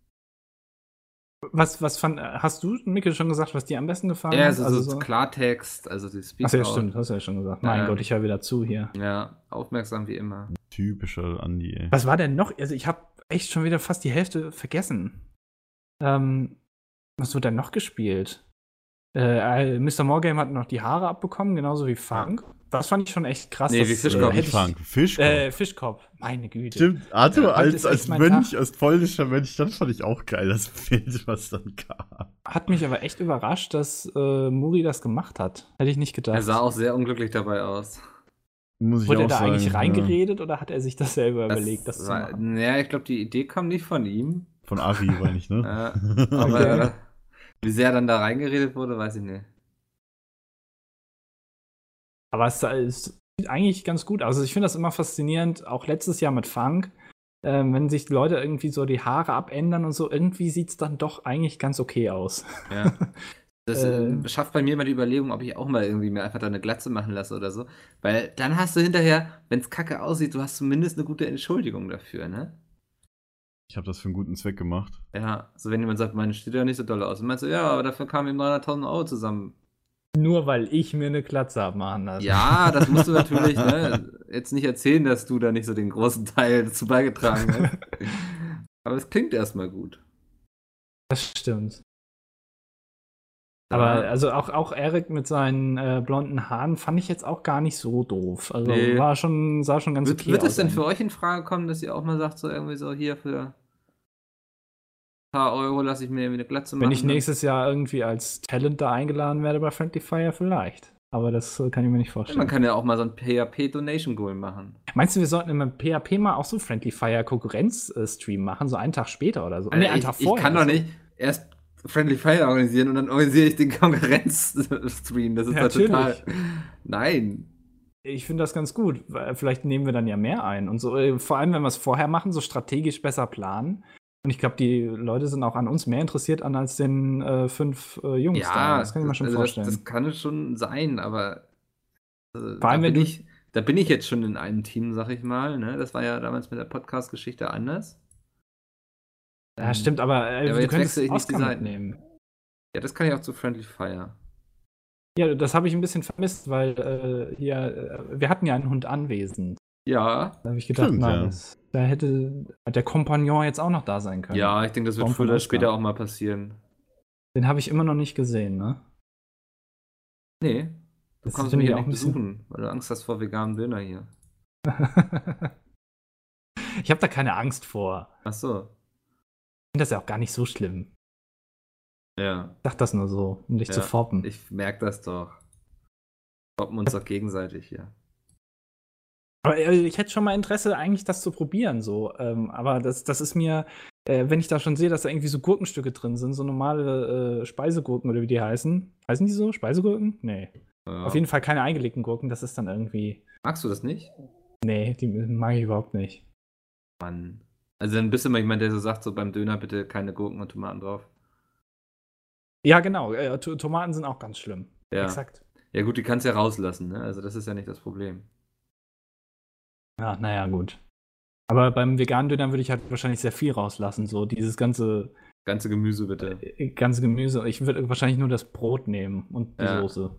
Was, was fand, hast du, Mikkel, schon gesagt, was dir am besten gefallen Ja, hat? also, so Klartext, also die Speak Achso, ja, stimmt, hast du ja schon gesagt. Mein Ja. Gott, ich höre wieder zu hier. Ja, aufmerksam wie immer. Typischer Andi, ey. Was war denn noch? Also, ich habe echt schon wieder fast die Hälfte vergessen. Ähm, was wird denn noch gespielt? Äh, Mister Morgame hat noch die Haare abbekommen, genauso wie Funk. das fand ich schon echt krass. Nee, dass, wie Fischkopf. äh, hätte ich- Fang. Fischkopf. Äh, Fischkopf, meine Güte. Stimmt, Arthur, Ja, heute als, ist als echt mein Mönch, Tag. als polnischer Mönch, das fand ich auch geil, das Bild, was dann kam. Hat mich aber echt überrascht, dass äh, Muri das gemacht hat. Hätte ich nicht gedacht. Er sah auch sehr unglücklich dabei aus. Muss ich Wurde auch er da sagen. eigentlich ja. reingeredet oder hat er sich das selber Das überlegt, das zu war, machen? naja, ich glaube, die Idee kam nicht von ihm. Von Ari, meine ich, ne? Ja, aber Okay. äh, wie sehr dann da reingeredet wurde, weiß ich nicht. Aber es, es sieht eigentlich ganz gut aus. Also ich finde das immer faszinierend, auch letztes Jahr mit Funk, ähm, wenn sich die Leute irgendwie so die Haare abändern und so, irgendwie sieht es dann doch eigentlich ganz okay aus. Ja. Das äh, Äh. schafft bei mir mal die Überlegung, ob ich auch mal irgendwie mir einfach da eine Glatze machen lasse oder so. Weil dann hast du hinterher, wenn es kacke aussieht, du hast zumindest eine gute Entschuldigung dafür, ne? Ich habe das für einen guten Zweck gemacht. Ja, so wenn jemand sagt, meine steht ja nicht so doll aus. Und meinst du, ja, aber dafür kamen ihm dreihunderttausend Euro zusammen. Nur weil ich mir eine Glatze abmachen lasse. Ja, das musst du natürlich ne, jetzt nicht erzählen, dass du da nicht so den großen Teil dazu beigetragen hast. Aber es klingt erstmal gut. Das stimmt. Aber also auch, auch Eric mit seinen äh, blonden Haaren fand ich jetzt auch gar nicht so doof. Also Nee. war schon, sah schon ganz Wird, okay wird aus. es denn für eigentlich. euch in Frage kommen, dass ihr auch mal sagt, so irgendwie so hier für ein paar Euro lasse ich mir irgendwie eine Glatze machen? Wenn ich nächstes Jahr irgendwie als Talent da eingeladen werde bei Friendly Fire, vielleicht. Aber das äh, kann ich mir nicht Ja, vorstellen. man kann ja auch mal so ein P H P-Donation-Goal machen. Meinst du, wir sollten im P H P mal auch so Friendly Fire Konkurrenz-Stream machen, so einen Tag später oder so? Alter, Nee, einen ich, Tag ich vorher. kann doch oder so. nicht erst Friendly Fire organisieren und dann organisiere ich den Konkurrenz-Stream. Das ist doch Natürlich. total. Nein. Ich finde das ganz gut. Weil vielleicht nehmen wir dann ja mehr ein. Und so, äh, vor allem, wenn wir es vorher machen, so strategisch besser planen. Und ich glaube, die Leute sind auch an uns mehr interessiert an als den äh, fünf äh, Jungs Ja, da. Das kann ich mir schon also vorstellen. Das, das kann es schon sein, aber äh, Vor allem, da, wenn bin du- ich, da bin ich jetzt schon in einem Team, sag ich mal. Ne? Das war ja damals mit der Podcast-Geschichte anders. Ja, Ähm, stimmt, aber, äh, ja, aber du jetzt könntest wechsle ich nicht die Oscar Seiten. mitnehmen. Ja, das kann ich auch zu Friendly Fire. Ja, das habe ich ein bisschen vermisst, weil äh, hier, äh, wir hatten ja einen Hund anwesend. Ja, Da habe ich gedacht, Stimmt, na, ja. das, da hätte der Kompagnon jetzt auch noch da sein können. ja, ich denke, das wird Form von früher oder Oscar. später auch mal passieren. Den habe ich immer noch nicht gesehen, ne? Nee, du Das kommst finde mich ich ja auch nicht ein bisschen- besuchen, weil du Angst hast vor veganem Döner hier. Ich habe da keine Angst vor. Ach so. Ich finde das ja auch gar nicht so schlimm. Ja. Ich sag das nur so, um dich Ja, zu foppen. Ich merke das doch. Wir foppen uns doch gegenseitig hier. Aber äh, ich hätte schon mal Interesse, eigentlich das zu probieren, so. Ähm, aber das, das ist mir, äh, wenn ich da schon sehe, dass da irgendwie so Gurkenstücke drin sind, so normale äh, Speisegurken oder wie die heißen. Heißen die so? Speisegurken? Nee. Ja. Auf jeden Fall keine eingelegten Gurken, das ist dann irgendwie. Magst du das nicht? Nee, die mag ich überhaupt nicht. Mann. Also dann bist du mal jemand, der so sagt, so beim Döner bitte keine Gurken und Tomaten drauf. Ja, genau. Äh, T- Tomaten sind auch ganz schlimm. Ja. Exakt. Ja gut, die kannst du ja rauslassen, ne? Also das ist ja nicht das Problem. Ja, naja, gut. Aber beim veganen Döner würde ich halt wahrscheinlich sehr viel rauslassen. So dieses ganze, Ganze Gemüse bitte. äh, ganze Gemüse. Ich würde wahrscheinlich nur das Brot nehmen und die Ja. Soße.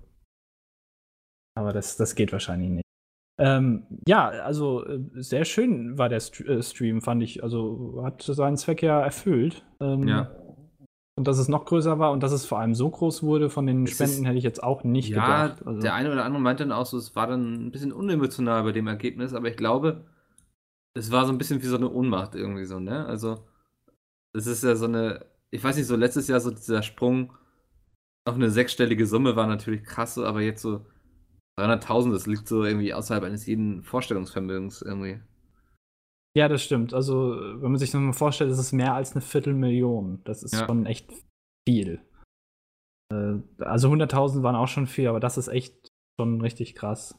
Aber das, das geht wahrscheinlich nicht. Ähm, ja, also äh, sehr schön war der St äh, Stream, fand ich. Also hat seinen Zweck ja erfüllt. Ähm, Ja. Und dass es noch größer war und dass es vor allem so groß wurde von den Es Spenden, ist- hätte ich jetzt auch nicht Ja, gedacht. Also, der eine oder andere meinte dann auch so, es war dann ein bisschen unemotional bei dem Ergebnis, aber ich glaube, es war so ein bisschen wie so eine Ohnmacht irgendwie so, ne? Also, es ist ja so eine, ich weiß nicht, so letztes Jahr so dieser Sprung auf eine sechsstellige Summe war natürlich krass, so, aber jetzt so dreihunderttausend, das liegt so irgendwie außerhalb eines jeden Vorstellungsvermögens irgendwie. ja, das stimmt. Also, wenn man sich das mal vorstellt, ist es mehr als eine Viertelmillion. Das ist Ja. schon echt viel. Äh, also hunderttausend waren auch schon viel, aber das ist echt schon richtig krass.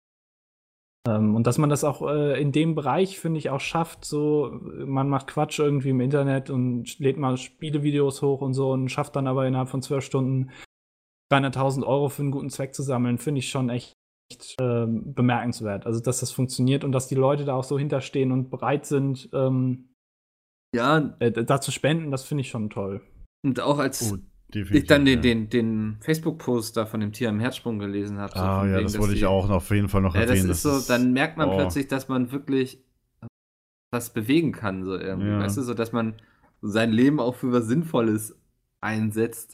Ähm, und dass man das auch äh, in dem Bereich, finde ich, auch schafft, so, man macht Quatsch irgendwie im Internet und lädt mal Spielevideos hoch und so und schafft dann aber innerhalb von zwölf Stunden dreihunderttausend Euro für einen guten Zweck zu sammeln, finde ich schon echt, echt ähm, bemerkenswert. Also, dass das funktioniert und dass die Leute da auch so hinterstehen und bereit sind, ähm, Ja, äh, da zu spenden, das finde ich schon toll. und auch als Oh, definitiv. ich dann den, ja. den, den Facebook-Post da von dem Tier am Herzsprung gelesen habe. So Ah, von ja, wegen, das dass wollte ich die- auch noch auf jeden Fall noch Ja, das erwähnen. ist so, dann merkt man oh. plötzlich, dass man wirklich was bewegen kann, so irgendwie. Ja. Weißt du, so dass man sein Leben auch für was Sinnvolles einsetzt.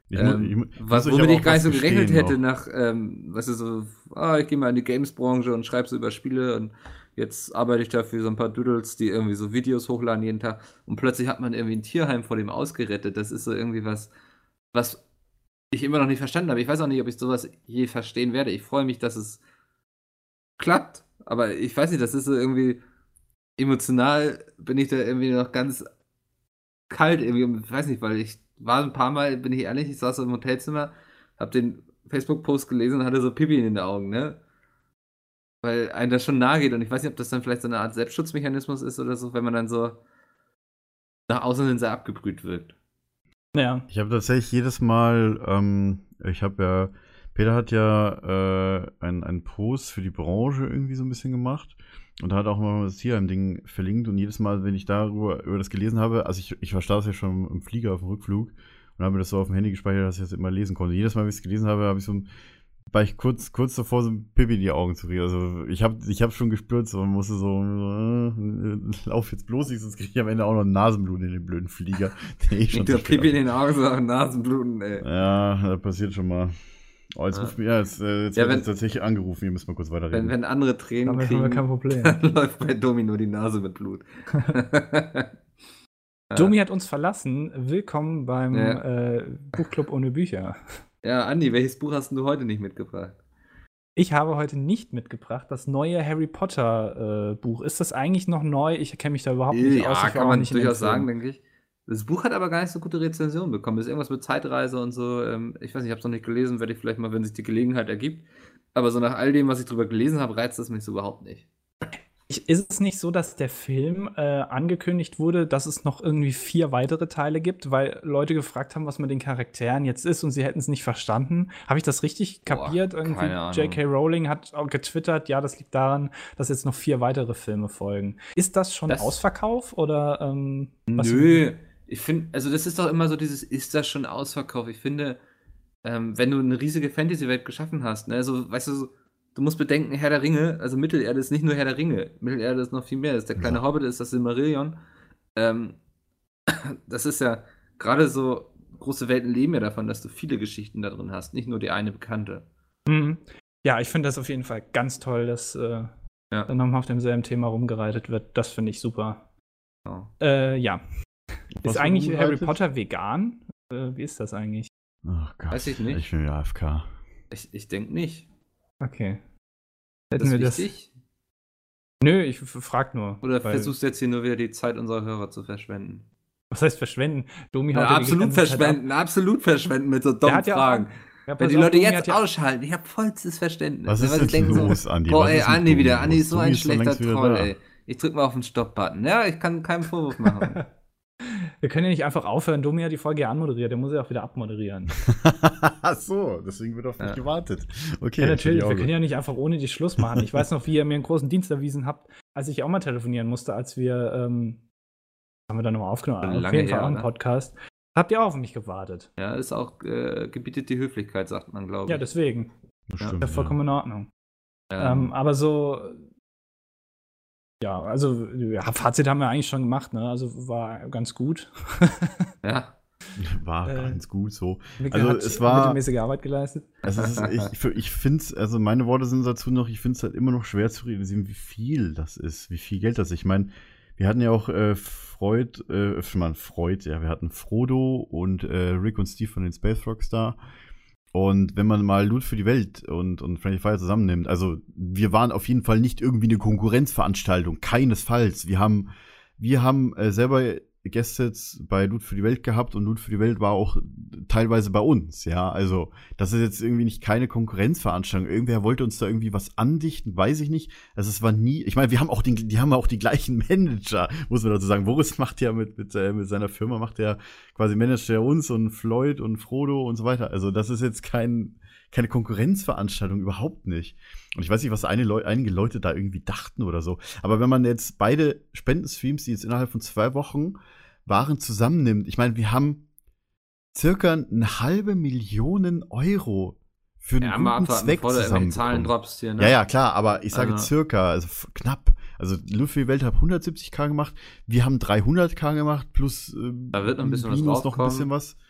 Ich mu- ähm, ich mu- was, muss euch womit aber ich gar auch nicht so was gerechnet gestehen hätte noch. nach, ähm, weißt du, so, ah, ich gehe mal in die Games-Branche und schreibe so über Spiele und jetzt arbeite ich da für so ein paar Doodles, die irgendwie so Videos hochladen jeden Tag und plötzlich hat man irgendwie ein Tierheim vor dem ausgerettet. Das ist so irgendwie was, was ich immer noch nicht verstanden habe. Ich weiß auch nicht, ob ich sowas je verstehen werde. Ich freue mich, dass es klappt, aber ich weiß nicht, das ist so irgendwie emotional bin ich da irgendwie noch ganz kalt irgendwie, ich weiß nicht, weil ich war ein paar Mal, bin ich ehrlich, ich saß im Hotelzimmer, hab den Facebook-Post gelesen und hatte so Pipi in den Augen, ne? Weil einem das schon nahe geht und ich weiß nicht, ob das dann vielleicht so eine Art Selbstschutzmechanismus ist oder so, wenn man dann so nach außen hin sehr abgebrüht wird. Ja. Ich habe tatsächlich jedes Mal, ähm, ich habe ja, Peter hat ja äh, einen, einen Post für die Branche irgendwie so ein bisschen gemacht und da hat auch mal das Tierheim-Ding verlinkt und jedes Mal, wenn ich darüber über das gelesen habe, also ich, ich verstehe es ja schon im Flieger auf dem Rückflug und habe mir das so auf dem Handy gespeichert, dass ich das immer lesen konnte. Jedes Mal, wenn ich es gelesen habe, habe ich so ein war ich kurz, kurz davor, so ein Pipi in die Augen zu kriegen. Also ich habe ich hab schon gespürt, so, man musste so, äh, lauf jetzt bloß nicht, sonst kriege ich am Ende auch noch Nasenblut in den blöden Flieger. Der eh schon Ich hab zu spät Pipi in ist. den Augen, so Nasenbluten, ey. Ja, das passiert schon mal. Oh, jetzt Ja. ruft mir, ja, jetzt, äh, jetzt Ja, wird wenn- jetzt tatsächlich angerufen, hier müssen wir kurz weiterreden. Wenn, wenn andere Tränen Damit haben wir kein kriegen, Problem. dann läuft bei Domi nur die Nase mit Blut. Ja. Domi hat uns verlassen. Willkommen beim Ja. äh, Buchclub ohne Bücher. Ja, Andi, welches Buch hast du heute nicht mitgebracht? Ich habe heute nicht mitgebracht das neue Harry Potter äh, Buch. Ist das eigentlich noch neu? Ich kenne mich da überhaupt nicht aus. Ja, Ich war kann auch man nicht in den durchaus sagen, Filmen. denke ich. Das Buch hat aber gar nicht so gute Rezensionen bekommen. Das ist irgendwas mit Zeitreise und so. ähm, Ich weiß nicht, ich habe es noch nicht gelesen, werde ich vielleicht mal, wenn sich die Gelegenheit ergibt. Aber so nach all dem, was ich drüber gelesen habe, reizt das mich so überhaupt nicht. Ich, ist es nicht so, dass der Film äh, angekündigt wurde, dass es noch irgendwie vier weitere Teile gibt, weil Leute gefragt haben, was mit den Charakteren jetzt ist und sie hätten es nicht verstanden? Habe ich das richtig Boah, kapiert? Irgendwie keine Ahnung. J K. Rowling hat auch getwittert, ja, das liegt daran, dass jetzt noch vier weitere Filme folgen. Ist das schon Das- Ausverkauf oder ähm, was- Nö, ich finde, also das ist doch immer so dieses, ist das schon Ausverkauf? Ich finde, ähm, wenn du eine riesige Fantasy-Welt geschaffen hast, ne, also, weißt du, so, du musst bedenken, Herr der Ringe, also Mittelerde ist nicht nur Herr der Ringe, Mittelerde ist noch viel mehr, das ist der kleine Ja. Hobbit, ist das Silmarillion. Ähm, das ist ja, gerade so, große Welten leben ja davon, dass du viele Geschichten da drin hast, nicht nur die eine bekannte. Mhm. Ja, ich finde das auf jeden Fall ganz toll, dass äh, Ja. dann nochmal auf demselben Thema rumgereitet wird. Das finde ich super. Ja. Äh, ja. Was Ist wird eigentlich Harry rumgereitet? Potter vegan? Äh, wie ist das eigentlich? Oh Gott. Weiß ich nicht. Ich bin wieder A F K. Ich, ich denke nicht. Okay. Das Hätten wir ist das. wichtig? Nö, ich f- frag nur. Oder weil- versuchst du jetzt hier nur wieder die Zeit unserer Hörer zu verschwenden? Was heißt verschwenden? Domi Ja, haut ja die absolut ganze Zeit ab. verschwenden, absolut verschwenden mit so dummen hat ja auch- Fragen. Ja, pass Wenn die auf, Leute Domi jetzt hat ja, ausschalten, ich habe vollstes Verständnis. Was Ne, ist weil sie jetzt denken los, so, Andi? Boah, Was ey, ist mit Andi Domi wieder. los? Andi ist so Domi ein ist schon schlechter längst wieder Troll, da. ey. Ich drück mal auf den Stopp-Button. Ja, ich kann keinen Vorwurf machen. Wir können ja nicht einfach aufhören. Domi hat die Folge ja anmoderiert. Der muss ja auch wieder abmoderieren. Ach so, deswegen wird auf mich Ja. gewartet. Okay. Ja, natürlich. finde Wir ich können ja nicht einfach ohne die Schluss machen. Ich weiß noch, wie ihr mir einen großen Dienst erwiesen habt, als ich auch mal telefonieren musste, als wir, ähm, haben wir dann nochmal aufgenommen, Schon auf lange jeden Fall her, auch einen ne? Podcast. Habt ihr auch auf mich gewartet? Ja, ist auch, äh, gebietet die Höflichkeit, sagt man, glaube ich. Ja, deswegen. Das Ja, stimmt, Ja, vollkommen in Ordnung. Ähm, Ähm, aber so, ja, also, ja, Fazit haben wir eigentlich schon gemacht, ne? Also war ganz gut. ja. War Äh, ganz gut so. Mikkel Also, hat es war- mittelmäßige Arbeit geleistet. Also es ist, ich, ich finde es, also meine Worte sind dazu noch, ich finde es halt immer noch schwer zu realisieren, wie viel das ist, wie viel Geld das ist. Ich meine, wir hatten ja auch äh, Freud, äh, schon mal Freud, ja, wir hatten Frodo und äh, Rick und Steve von den Space Rocks da. Und wenn man mal Loot für die Welt und, und Friendly Fire zusammennimmt, also wir waren auf jeden Fall nicht irgendwie eine Konkurrenzveranstaltung, keinesfalls. Wir haben, wir haben äh, selber Guest-Sets bei Loot für die Welt gehabt und Loot für die Welt war auch teilweise bei uns, ja, also das ist jetzt irgendwie nicht keine Konkurrenzveranstaltung, irgendwer wollte uns da irgendwie was andichten, weiß ich nicht, also es war nie, ich meine, wir haben auch den, die haben auch die gleichen Manager, muss man dazu sagen, Boris macht ja mit, mit, äh, mit seiner Firma, macht ja quasi Manager der uns und Floyd und Frodo und so weiter, also das ist jetzt kein, keine Konkurrenzveranstaltung, überhaupt nicht. Und ich weiß nicht, was eine Leu- einige Leute da irgendwie dachten oder so. Aber wenn man jetzt beide Spendenstreams, die jetzt innerhalb von zwei Wochen waren, zusammennimmt, ich meine, wir haben circa eine halbe Million Euro für einen Ja, mal guten abwarten, Zweck bevor du irgendwelche Zahlen zusammenbekommen. droppst hier, ne? Ja, ja, klar, aber ich sage Also- circa, also f- knapp. Also Loot für die Welt hat hundertsiebzig K gemacht, wir haben dreihundert K gemacht, plus äh, Da wird noch ein bisschen was minus noch ein rauskommen. bisschen was.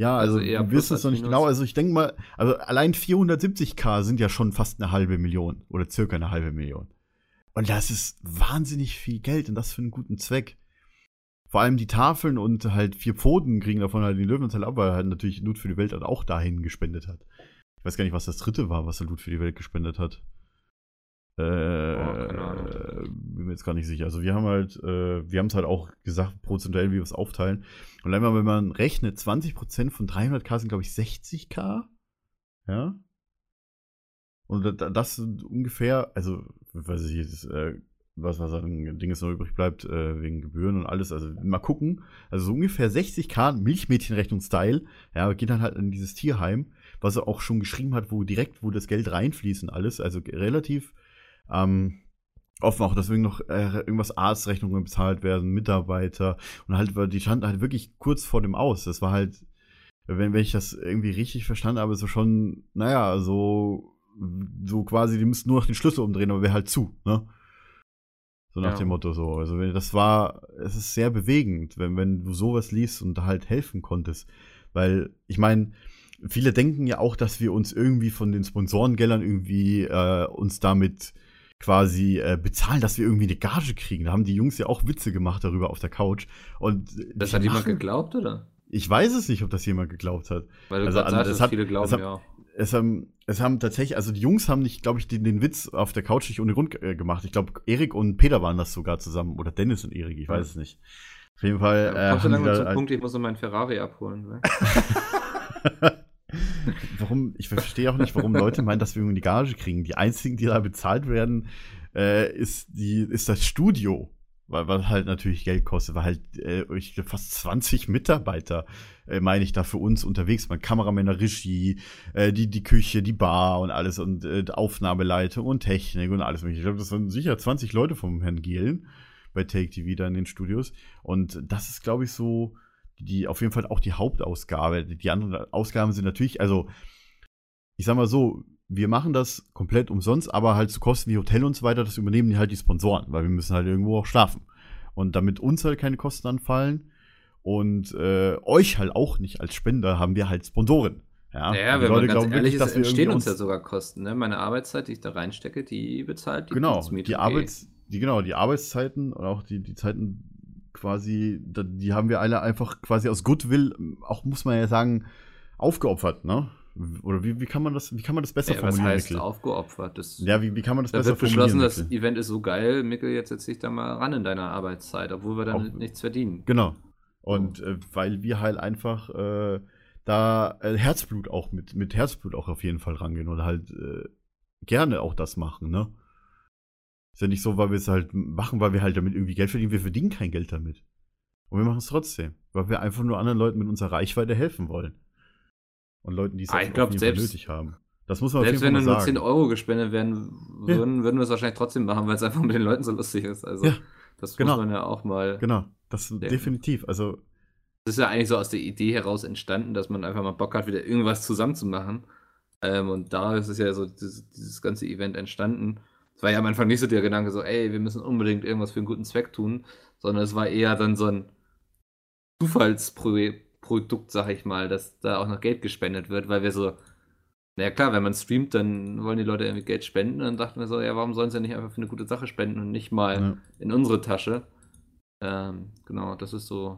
Ja, also, Also eher wir plus wissen es als noch nicht minus. genau. Also ich denke mal, also allein vierhundertsiebzig K sind ja schon fast eine halbe Million oder circa eine halbe Million. Und das ist wahnsinnig viel Geld und das für einen guten Zweck. Vor allem die Tafeln und halt vier Pfoten kriegen davon halt den Löwenanteil ab, weil er halt natürlich Loot für die Welt halt auch dahin gespendet hat. Ich weiß gar nicht, was das dritte war, was er Loot für die Welt gespendet hat. Äh, Oh, keine Ahnung. äh, bin mir jetzt gar nicht sicher. Also wir haben halt, äh, wir haben es halt auch gesagt, prozentuell, wie wir es aufteilen. Und einmal, wenn man rechnet, zwanzig Prozent von dreihundert K sind, glaube ich, sechzig K. Ja. Und da- das sind ungefähr, also, weiß ich jetzt, äh, was, was an Ding jetzt noch übrig bleibt, äh, wegen Gebühren und alles. Also mal gucken. Also so ungefähr sechzig K Milchmädchenrechnung-Style. Ja, geht dann halt in dieses Tierheim, was er auch schon geschrieben hat, wo direkt, wo das Geld reinfließt und alles. Also relativ ähm, offen auch, deswegen noch äh, irgendwas Arztrechnungen bezahlt werden, Mitarbeiter. Und halt, weil die standen halt wirklich kurz vor dem Aus. Das war halt, wenn, wenn ich das irgendwie richtig verstanden habe, so schon, naja, so, so quasi, die müssten nur noch den Schlüssel umdrehen, aber wäre halt zu, ne? So nach Ja. dem Motto so. Also wenn- das war, es ist sehr bewegend, wenn, wenn du sowas liest und da halt helfen konntest. Weil, ich meine, viele denken ja auch, dass wir uns irgendwie von den Sponsorengeldern irgendwie äh, uns damit quasi äh, bezahlen, dass wir irgendwie eine Gage kriegen. Da haben die Jungs ja auch Witze gemacht darüber auf der Couch. Und Das wir hat jemand machen- geglaubt, oder? Ich weiß es nicht, ob das jemand geglaubt hat. Weil du Also, gerade an- sagst, es dass hat- viele glauben, es hat- ja. Es haben, es haben tatsächlich, also die Jungs haben nicht, glaube ich, den, den Witz auf der Couch nicht ohne Grund äh, gemacht. Ich glaube, Erik und Peter waren das sogar zusammen. Oder Dennis und Erik, ich weiß es nicht. Auf jeden Fall. Ja, Äh, kommst du haben die langsam da zum halt- Punkt, ich muss noch meinen Ferrari abholen. Ne? Warum, ich verstehe auch nicht, warum Leute meinen, dass wir irgendwie die Gage kriegen. Die einzigen, die da bezahlt werden, äh, ist, die, ist das Studio. Weil, weil halt natürlich Geld kostet, weil halt äh, ich glaub, fast zwanzig Mitarbeiter, äh, meine ich, da für uns unterwegs waren. Kameramänner, Regie, äh, die, die Küche, die Bar und alles und äh, Aufnahmeleitung und Technik und alles mögliche. Ich glaube, das waren sicher zwanzig Leute vom Herrn Gielen bei Take T V da in den Studios. Und das ist, glaube ich, so die auf jeden Fall auch die Hauptausgabe. Die anderen Ausgaben sind natürlich, also ich sag mal so, wir machen das komplett umsonst, aber halt zu Kosten wie Hotel und so weiter, das übernehmen die halt die Sponsoren, weil wir müssen halt irgendwo auch schlafen. Und damit uns halt keine Kosten anfallen und äh, euch halt auch nicht als Spender, haben wir halt Sponsoren. Ja, Ja, die wenn man Leute ganz glauben ehrlich wirklich, ist, dass wir entstehen irgendwie uns ja uns sogar Kosten. Ne? Meine Arbeitszeit, die ich da reinstecke, die bezahlt die genau, Putzmiete. die Okay. Arbeits, die genau, die Arbeitszeiten und auch die, die Zeiten quasi, da- die haben wir alle einfach quasi aus Goodwill, auch muss man ja sagen, aufgeopfert, ne? Oder wie, wie kann man das, wie kann man das besser Ja, was formulieren, heißt Mikkel? aufgeopfert? Das, Ja, wie, wie kann man das da besser wird beschlossen, formulieren, das Mikkel? Event ist so geil, Mikkel, jetzt setz dich da mal ran in deiner Arbeitszeit, obwohl wir dann Auch- nichts verdienen. Genau. Und äh, weil wir halt einfach äh, da äh, Herzblut auch mit, mit Herzblut auch auf jeden Fall rangehen und halt äh, gerne auch das machen, ne? Ist ja nicht so, weil wir es halt machen, weil wir halt damit irgendwie Geld verdienen. Wir verdienen kein Geld damit. Und wir machen es trotzdem, weil wir einfach nur anderen Leuten mit unserer Reichweite helfen wollen. Und Leuten, die es Ah, auf ich glaub, auf jeden Fall selbst- nötig haben. Das muss man Selbst auf wenn jeden nur Fall mal zehn sagen. Euro gespendet werden Ja. würden, würden wir es wahrscheinlich trotzdem machen, weil es einfach mit den Leuten so lustig ist. Also Ja, das genau. muss man ja auch mal. Genau, das definitiv. Also, Das ist ja eigentlich so aus der Idee heraus entstanden, dass man einfach mal Bock hat, wieder irgendwas zusammenzumachen. Ähm, und da ist es ja so dieses, dieses ganze Event entstanden. Es war ja am Anfang nicht so der Gedanke, so, ey, wir müssen unbedingt irgendwas für einen guten Zweck tun, sondern es war eher dann so ein Zufallsprodukt, sag ich mal, dass da auch noch Geld gespendet wird, weil wir so, naja klar, wenn man streamt, dann wollen die Leute irgendwie Geld spenden. Und dann dachten wir so, ja, warum sollen sie ja nicht einfach für eine gute Sache spenden und nicht mal ja. in unsere Tasche? Ähm, genau, das ist so.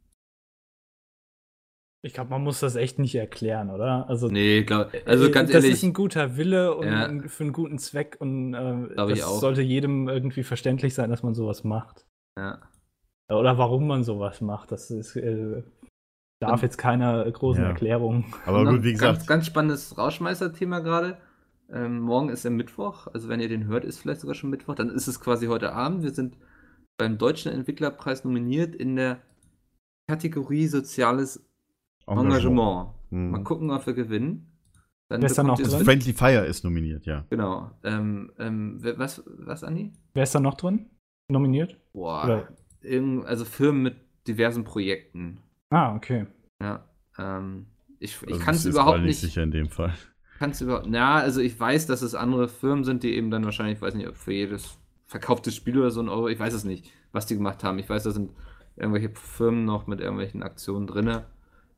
Ich glaube, man muss das echt nicht erklären, oder? Also, Nee, glaub, also äh, ganz das ehrlich. ist ein guter Wille und Ja. ein- für einen guten Zweck und äh, Glaub ich das auch. sollte jedem irgendwie verständlich sein, dass man sowas macht. Ja. Oder warum man sowas macht. Das ist, äh, darf Und- jetzt keine großen Ja. Erklärungen. Aber Noch gut, wie ein gesagt, Ganz, ganz spannendes Rauschmeißer-Thema gerade. Ähm, morgen ist der Mittwoch, also wenn ihr den hört, ist vielleicht sogar schon Mittwoch, dann ist es quasi heute Abend. Wir sind beim Deutschen Entwicklerpreis nominiert in der Kategorie Soziales Engagement. Mhm. Mal gucken, ob wir gewinnen. Dann Wer ist da bekommt noch ihr- Also Friendly Fire ist nominiert, ja. Genau. Ähm, ähm, wer- was, was, Andi? Wer ist da noch drin? Nominiert? Boah. Oder- Irgend, also Firmen mit diversen Projekten. Ah, okay. Ja. Ähm, ich ich Also kann es das ist überhaupt gerade nicht. sicher in dem Fall. Kannst du überhaupt. Na, also ich weiß, dass es andere Firmen sind, die eben dann wahrscheinlich, ich weiß nicht, ob für jedes verkauftes Spiel oder so ein Euro, ich weiß es nicht, was die gemacht haben. Ich weiß, da sind irgendwelche Firmen noch mit irgendwelchen Aktionen drin.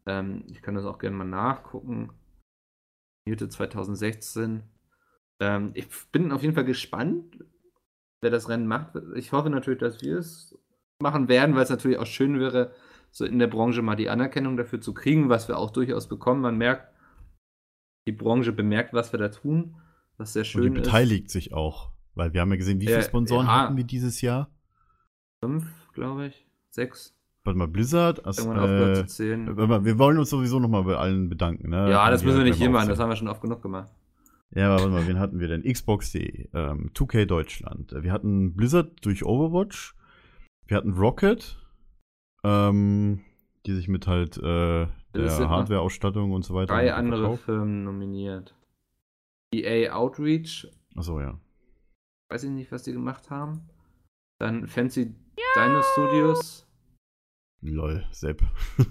Ähm, ich kann das auch gerne mal nachgucken. Minute zweitausendsechzehn. Ähm, ich bin auf jeden Fall gespannt, wer das Rennen macht. Ich hoffe natürlich, dass wir es machen werden, weil es natürlich auch schön wäre, so in der Branche mal die Anerkennung dafür zu kriegen, was wir auch durchaus bekommen. Man merkt, die Branche bemerkt, was wir da tun, was sehr schön ist. Und die beteiligt sich auch, weil wir haben ja gesehen, wie viele Äh, Sponsoren ja. hatten wir dieses Jahr? Fünf, glaube ich. Sechs. Warte mal, Blizzard. As, Irgendwann aufgehört äh, zu zählen. warte mal, wir wollen uns sowieso noch mal bei allen bedanken. Ne? Ja, Haben das müssen wir nicht beim hier machen, das Aufzählen. haben wir schon oft genug gemacht. Ja, aber warte mal, wen hatten wir denn? Xbox punkt de, ähm, zwei K Deutschland. Wir hatten Blizzard durch Overwatch. Wir hatten Rocket, ähm, die sich mit halt äh, Es sind der noch Hardware-Ausstattung und so weiter. Drei andere verkauft. Firmen nominiert. E A Outreach, Achso, ja. weiß ich nicht, was die gemacht haben. Dann Fancy Dino Studios. Lol, Sepp. Ich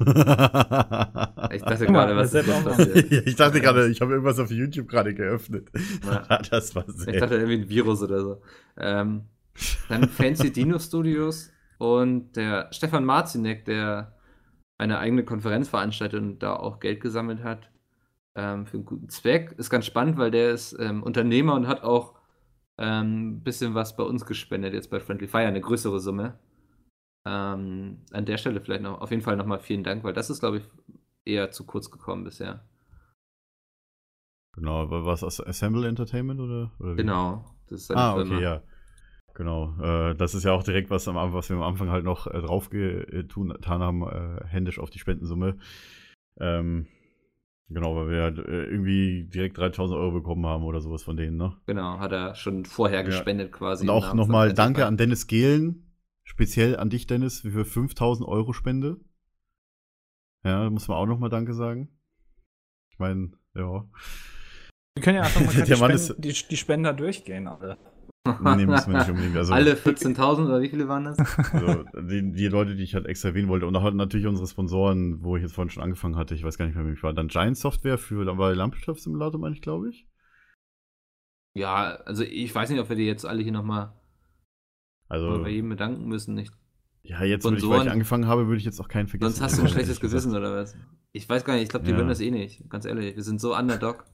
dachte gerade, was Sepp ist auch das noch. passiert? Ich dachte gerade, ich habe irgendwas auf YouTube gerade geöffnet. Ja. Das war Ich Sepp. dachte irgendwie ein Virus oder so. Ähm, dann Fancy Dino Studios und der Stefan Marzinek, der eine eigene Konferenz veranstaltet und da auch Geld gesammelt hat ähm, für einen guten Zweck. Ist ganz spannend, weil der ist ähm, Unternehmer und hat auch ein ähm, bisschen was bei uns gespendet, jetzt bei Friendly Fire, eine größere Summe. Ähm, an der Stelle vielleicht noch auf jeden Fall nochmal vielen Dank, weil das ist, glaube ich, eher zu kurz gekommen bisher. Genau, war es Assemble Entertainment oder? oder wie? Genau. Das ist seine Ah, Firma. okay, ja. Genau. Äh, das ist ja auch direkt, was, am, was wir am Anfang halt noch äh, drauf getan haben, äh, händisch auf die Spendensumme. Ähm, genau, weil wir halt, äh, irgendwie direkt dreitausend Euro bekommen haben oder sowas von denen, ne? Genau, hat er schon vorher Ja. gespendet quasi. Und im auch Namen von nochmal Friendly danke Fire. an Dennis Gehlen, speziell an dich, Dennis, für fünftausend Euro Spende. Ja, da muss man auch nochmal Danke sagen. Ich meine, ja. Wir können ja einfach mal Der die, Mann Spenden, die, die Spender durchgehen, alle. Nee, müssen wir nicht unbedingt. Also, Alle vierzehntausend oder wie viele waren das? Also, die, die Leute, die ich halt extra erwähnen wollte. Und auch natürlich unsere Sponsoren, wo ich jetzt vorhin schon angefangen hatte. Ich weiß gar nicht mehr, wie ich war. Dann Giant Software für aber Landwirtschaftssimulator, meine ich, glaube ich. Ja, also ich weiß nicht, ob wir die jetzt alle hier nochmal Also, bei jedem bedanken müssen. Nicht. ja, jetzt, wenn ich, weil Sponsoren. ich angefangen habe, würde ich jetzt auch keinen vergessen. Sonst hast du ein schlechtes Ehrlich gesagt. Gewissen oder was? Ich weiß gar nicht, ich glaube, die Ja. würden das eh nicht. Ganz ehrlich, wir sind so underdog.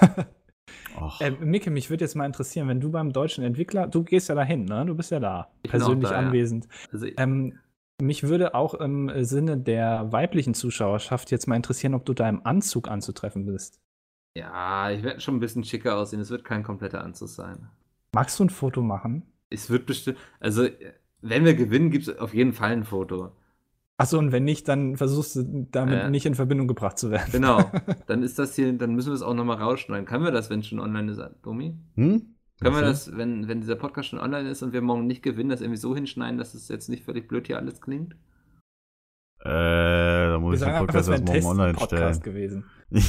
Och, Äh, Micke, mich würde jetzt mal interessieren, wenn du beim deutschen Entwickler, du gehst ja dahin, ne? Du bist ja da, Ich bin persönlich auch da, ja. anwesend. Also, Ähm, mich würde auch im Sinne der weiblichen Zuschauerschaft jetzt mal interessieren, ob du da im Anzug anzutreffen bist. ja, ich werde schon ein bisschen schicker aussehen. Es wird kein kompletter Anzug sein. Magst du ein Foto machen? Es wird bestimmt, also wenn wir gewinnen, gibt es auf jeden Fall ein Foto. Achso, und wenn nicht, dann versuchst du damit Äh. nicht in Verbindung gebracht zu werden. Genau. Dann ist das hier, dann müssen wir es auch nochmal rausschneiden. Können wir das, wenn es schon online ist, Domi? hm? Können wir Was das, wenn, wenn dieser Podcast schon online ist und wir morgen nicht gewinnen, das irgendwie so hinschneiden, dass es jetzt nicht völlig blöd hier alles klingt? denn? Äh, da muss Wir ich den sagen einfach, Podcast das erst wäre ein morgen online stellen. Test-Podcast gewesen.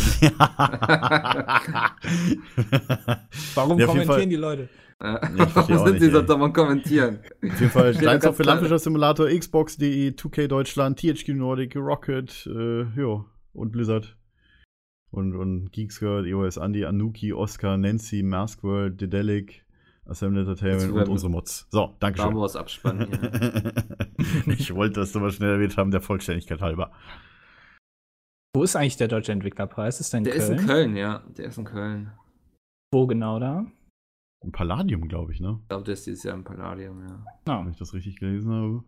Ja. Warum Ja, auf jeden kommentieren Fall- die Leute? Äh, ich verstehe Warum auch sind nicht, sie ey. sonst am kommentieren? Auf jeden Fall Steht Giant da Software ganz Landwirtschaftssimulator, Xbox punkt de, zwei K Deutschland, T H Q Nordic, Rocket, äh, ja, und Blizzard. Und, und Geekskirt, E O S Andy, Anuki, Oscar, Nancy, Maskworld, Dedelic, Assemble Entertainment Jetzt und werden- unsere Mods. So, Star Dankeschön. Wars Abspann hier. Ich wollte das aber schnell erwähnt haben, der Vollständigkeit halber. Wo ist eigentlich der Deutsche Entwicklerpreis? Ist der in Der Köln? ist in Köln, ja. Der ist in Köln. Wo genau da? Im Palladium, glaube ich, ne? Ich glaube, der ist dieses Jahr im Palladium, ja. Ah, Wenn ich das richtig gelesen habe.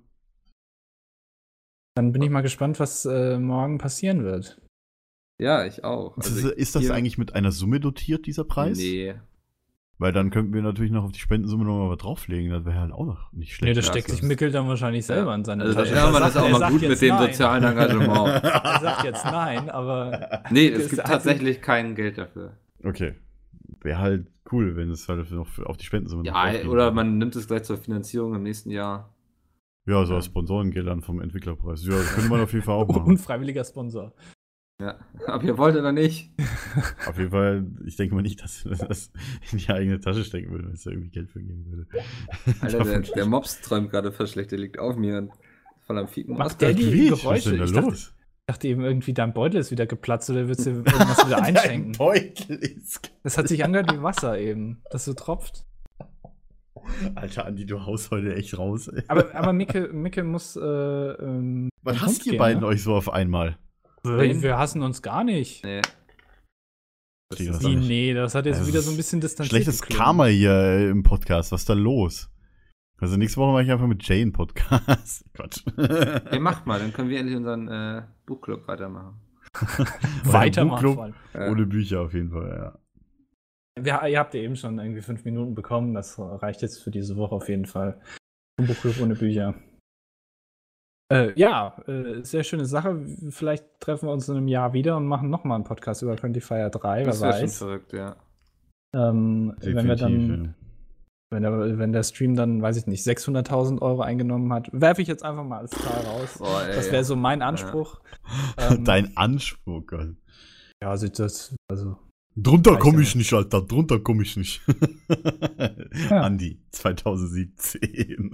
dann bin ich mal gespannt, was äh, morgen passieren wird. Ja, ich auch. ist, Also das- ist das hier- eigentlich mit einer Summe dotiert, dieser Preis? Nee. Weil dann könnten wir natürlich noch auf die Spendensumme noch mal was drauflegen. Das wäre halt auch noch nicht Nee, schlecht. das Ja, steckt das sich ist- Mickel dann wahrscheinlich selber in seine Also da Tasche. ja, man Er ist sagt- auch er mal sagt gut jetzt mit dem nein. sozialen Engagement. Er sagt jetzt nein, aber Nee, Das es gibt hat- tatsächlich kein Geld dafür. Okay. Wäre halt cool, wenn es halt noch für- auf die Spendensumme noch Ja, draufgehen oder würde. man nimmt es gleich zur Finanzierung im nächsten Jahr. Ja, so Ja. als Sponsorengeldern vom Entwicklerpreis. Ja, das könnte man auf jeden Fall auch machen. unfreiwilliger Sponsor. Ja, aber ihr wollt oder nicht? Auf jeden Fall, ich denke mal nicht, dass wir das in die eigene Tasche stecken würden, wenn es da irgendwie Geld für geben würde. Alter, der, der Mops träumt gerade verschlecht, der liegt auf mir und voll am Fiepen. Macht der die Quietsch, was ist Geräusche? denn da Ich dachte, los? ich dachte eben irgendwie, dein Beutel ist wieder geplatzt oder willst du irgendwas wieder einschenken? Beutel ist. Das hat sich angehört wie Wasser eben, das so tropft. Alter, Andi, du haust heute echt raus. Ey. Aber, aber Micke, Micke muss. Äh, ähm, Was zum hasst Punkt ihr gehen, beiden ne? euch so auf einmal? Wir, wir hassen uns gar nicht. Nee. Das ist Wie, nicht. nee, das hat jetzt Das wieder ist so ein bisschen distanziert. Schlechtes geklungen. Karma hier äh, im Podcast. Was ist da los? Also nächste Woche mache ich einfach mit Jay einen Podcast. Quatsch. Ihr macht mal, dann können wir endlich unseren äh, Buchclub weitermachen. Weitermachen. Buchclub vor allem. Ja. ohne Bücher auf jeden Fall, ja. Wir, ihr habt ja eben schon irgendwie fünf Minuten bekommen. Das reicht jetzt für diese Woche auf jeden Fall. Ein Buchclub ohne Bücher. Äh, ja, äh, sehr schöne Sache. Vielleicht treffen wir uns in einem Jahr wieder und machen nochmal einen Podcast über Friendly Fire drei. Wer Das wäre schon weiß. verrückt, ja. Ähm, wenn wir dann. Definitiv, Wenn der, wenn der Stream dann, weiß ich nicht, sechshunderttausend Euro eingenommen hat, werfe ich jetzt einfach mal als Zahl raus. Boah, ey, Das wäre so mein Anspruch. ja. Ähm, Dein Anspruch, Gott. Ja, also das, also. Drunter Reicht komme ja ich nicht, Alter. Drunter komme ich nicht. Ja. Andi, zwanzig siebzehn.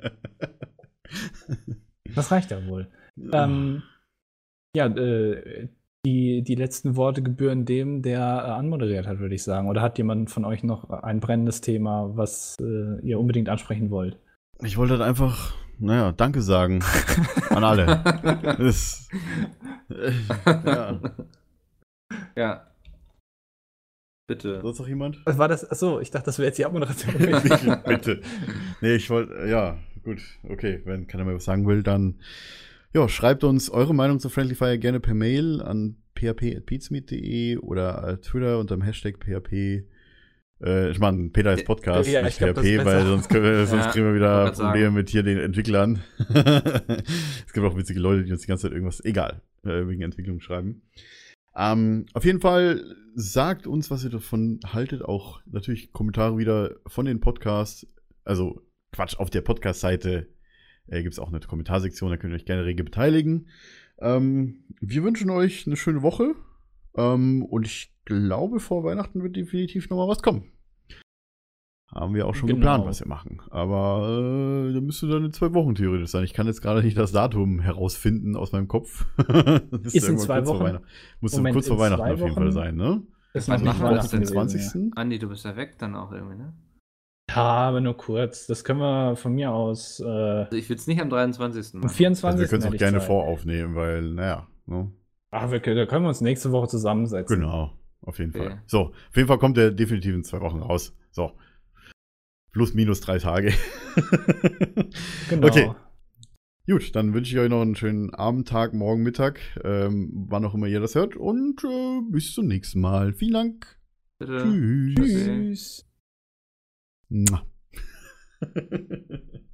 Das reicht ja wohl. ähm, ja, äh, die, die letzten Worte gebühren dem, der äh, anmoderiert hat, würde ich sagen. Oder hat jemand von euch noch ein brennendes Thema, was äh, ihr unbedingt ansprechen wollt? Ich wollte halt einfach, naja, Danke sagen an alle. Das, äh, ja. Ja. Bitte. Sonst noch jemand? Was war das? Achso, ich dachte, das wäre jetzt die Abmoderation. bitte, bitte. Nee, ich wollte, ja, gut, okay, wenn keiner mehr was sagen will, dann ja, schreibt uns eure Meinung zu Friendly Fire gerne per Mail an p h p at pizmeet punkt de oder äh, Twitter unter dem Hashtag P H P. Äh, ich meine, Peter ist Podcast, Ja, nicht ich glaub, das ist P H P, weil besser. sonst, können wir, sonst Ja, kriegen wir wollte wieder grad Probleme sagen. mit hier den Entwicklern. Es gibt auch witzige Leute, die uns die ganze Zeit irgendwas, egal, äh, wegen Entwicklung schreiben. Ähm, auf jeden Fall sagt uns, was ihr davon haltet. Auch natürlich Kommentare wieder von den Podcasts. Also Quatsch, auf der Podcast-Seite äh, gibt es auch eine Kommentarsektion, da könnt ihr euch gerne rege beteiligen. Ähm, wir wünschen euch eine schöne Woche. Ähm, und ich glaube, vor Weihnachten wird definitiv noch mal was kommen. Haben wir auch schon Genau. geplant, was wir machen. Aber äh, da müsste dann in zwei Wochen theoretisch sein. Ich kann jetzt gerade nicht das Datum herausfinden aus meinem Kopf. Das Ist in irgendwann zwei kurz vor Wochen? Weihnachten. Muss Moment, kurz vor in Weihnachten zwei auf jeden Wochen? Fall sein, ne? Das Wann ist machen nicht wir das Weihnachten Den denn? gewesen, zwanzigsten Andi, du bist ja weg dann auch irgendwie, ne? Ja. ja, aber nur kurz. Das können wir von mir aus äh, Also ich will es nicht am dreiundzwanzigsten am machen. Also vierundzwanzigsten wir können es auch hätte ich gerne Zeit. voraufnehmen, weil, naja, ne? Ach, wir können, da können wir uns nächste Woche zusammensetzen. Genau, auf jeden Okay. Fall. So, auf jeden Fall kommt der definitiv in zwei Wochen raus. So. Plus, minus drei Tage. Genau. Okay. Gut, dann wünsche ich euch noch einen schönen Abend, Tag, Morgen, Mittag, ähm, wann auch immer ihr das hört. Und äh, bis zum nächsten Mal. Vielen Dank. Bitte. Tschüss. Okay. Tschüss. Mua.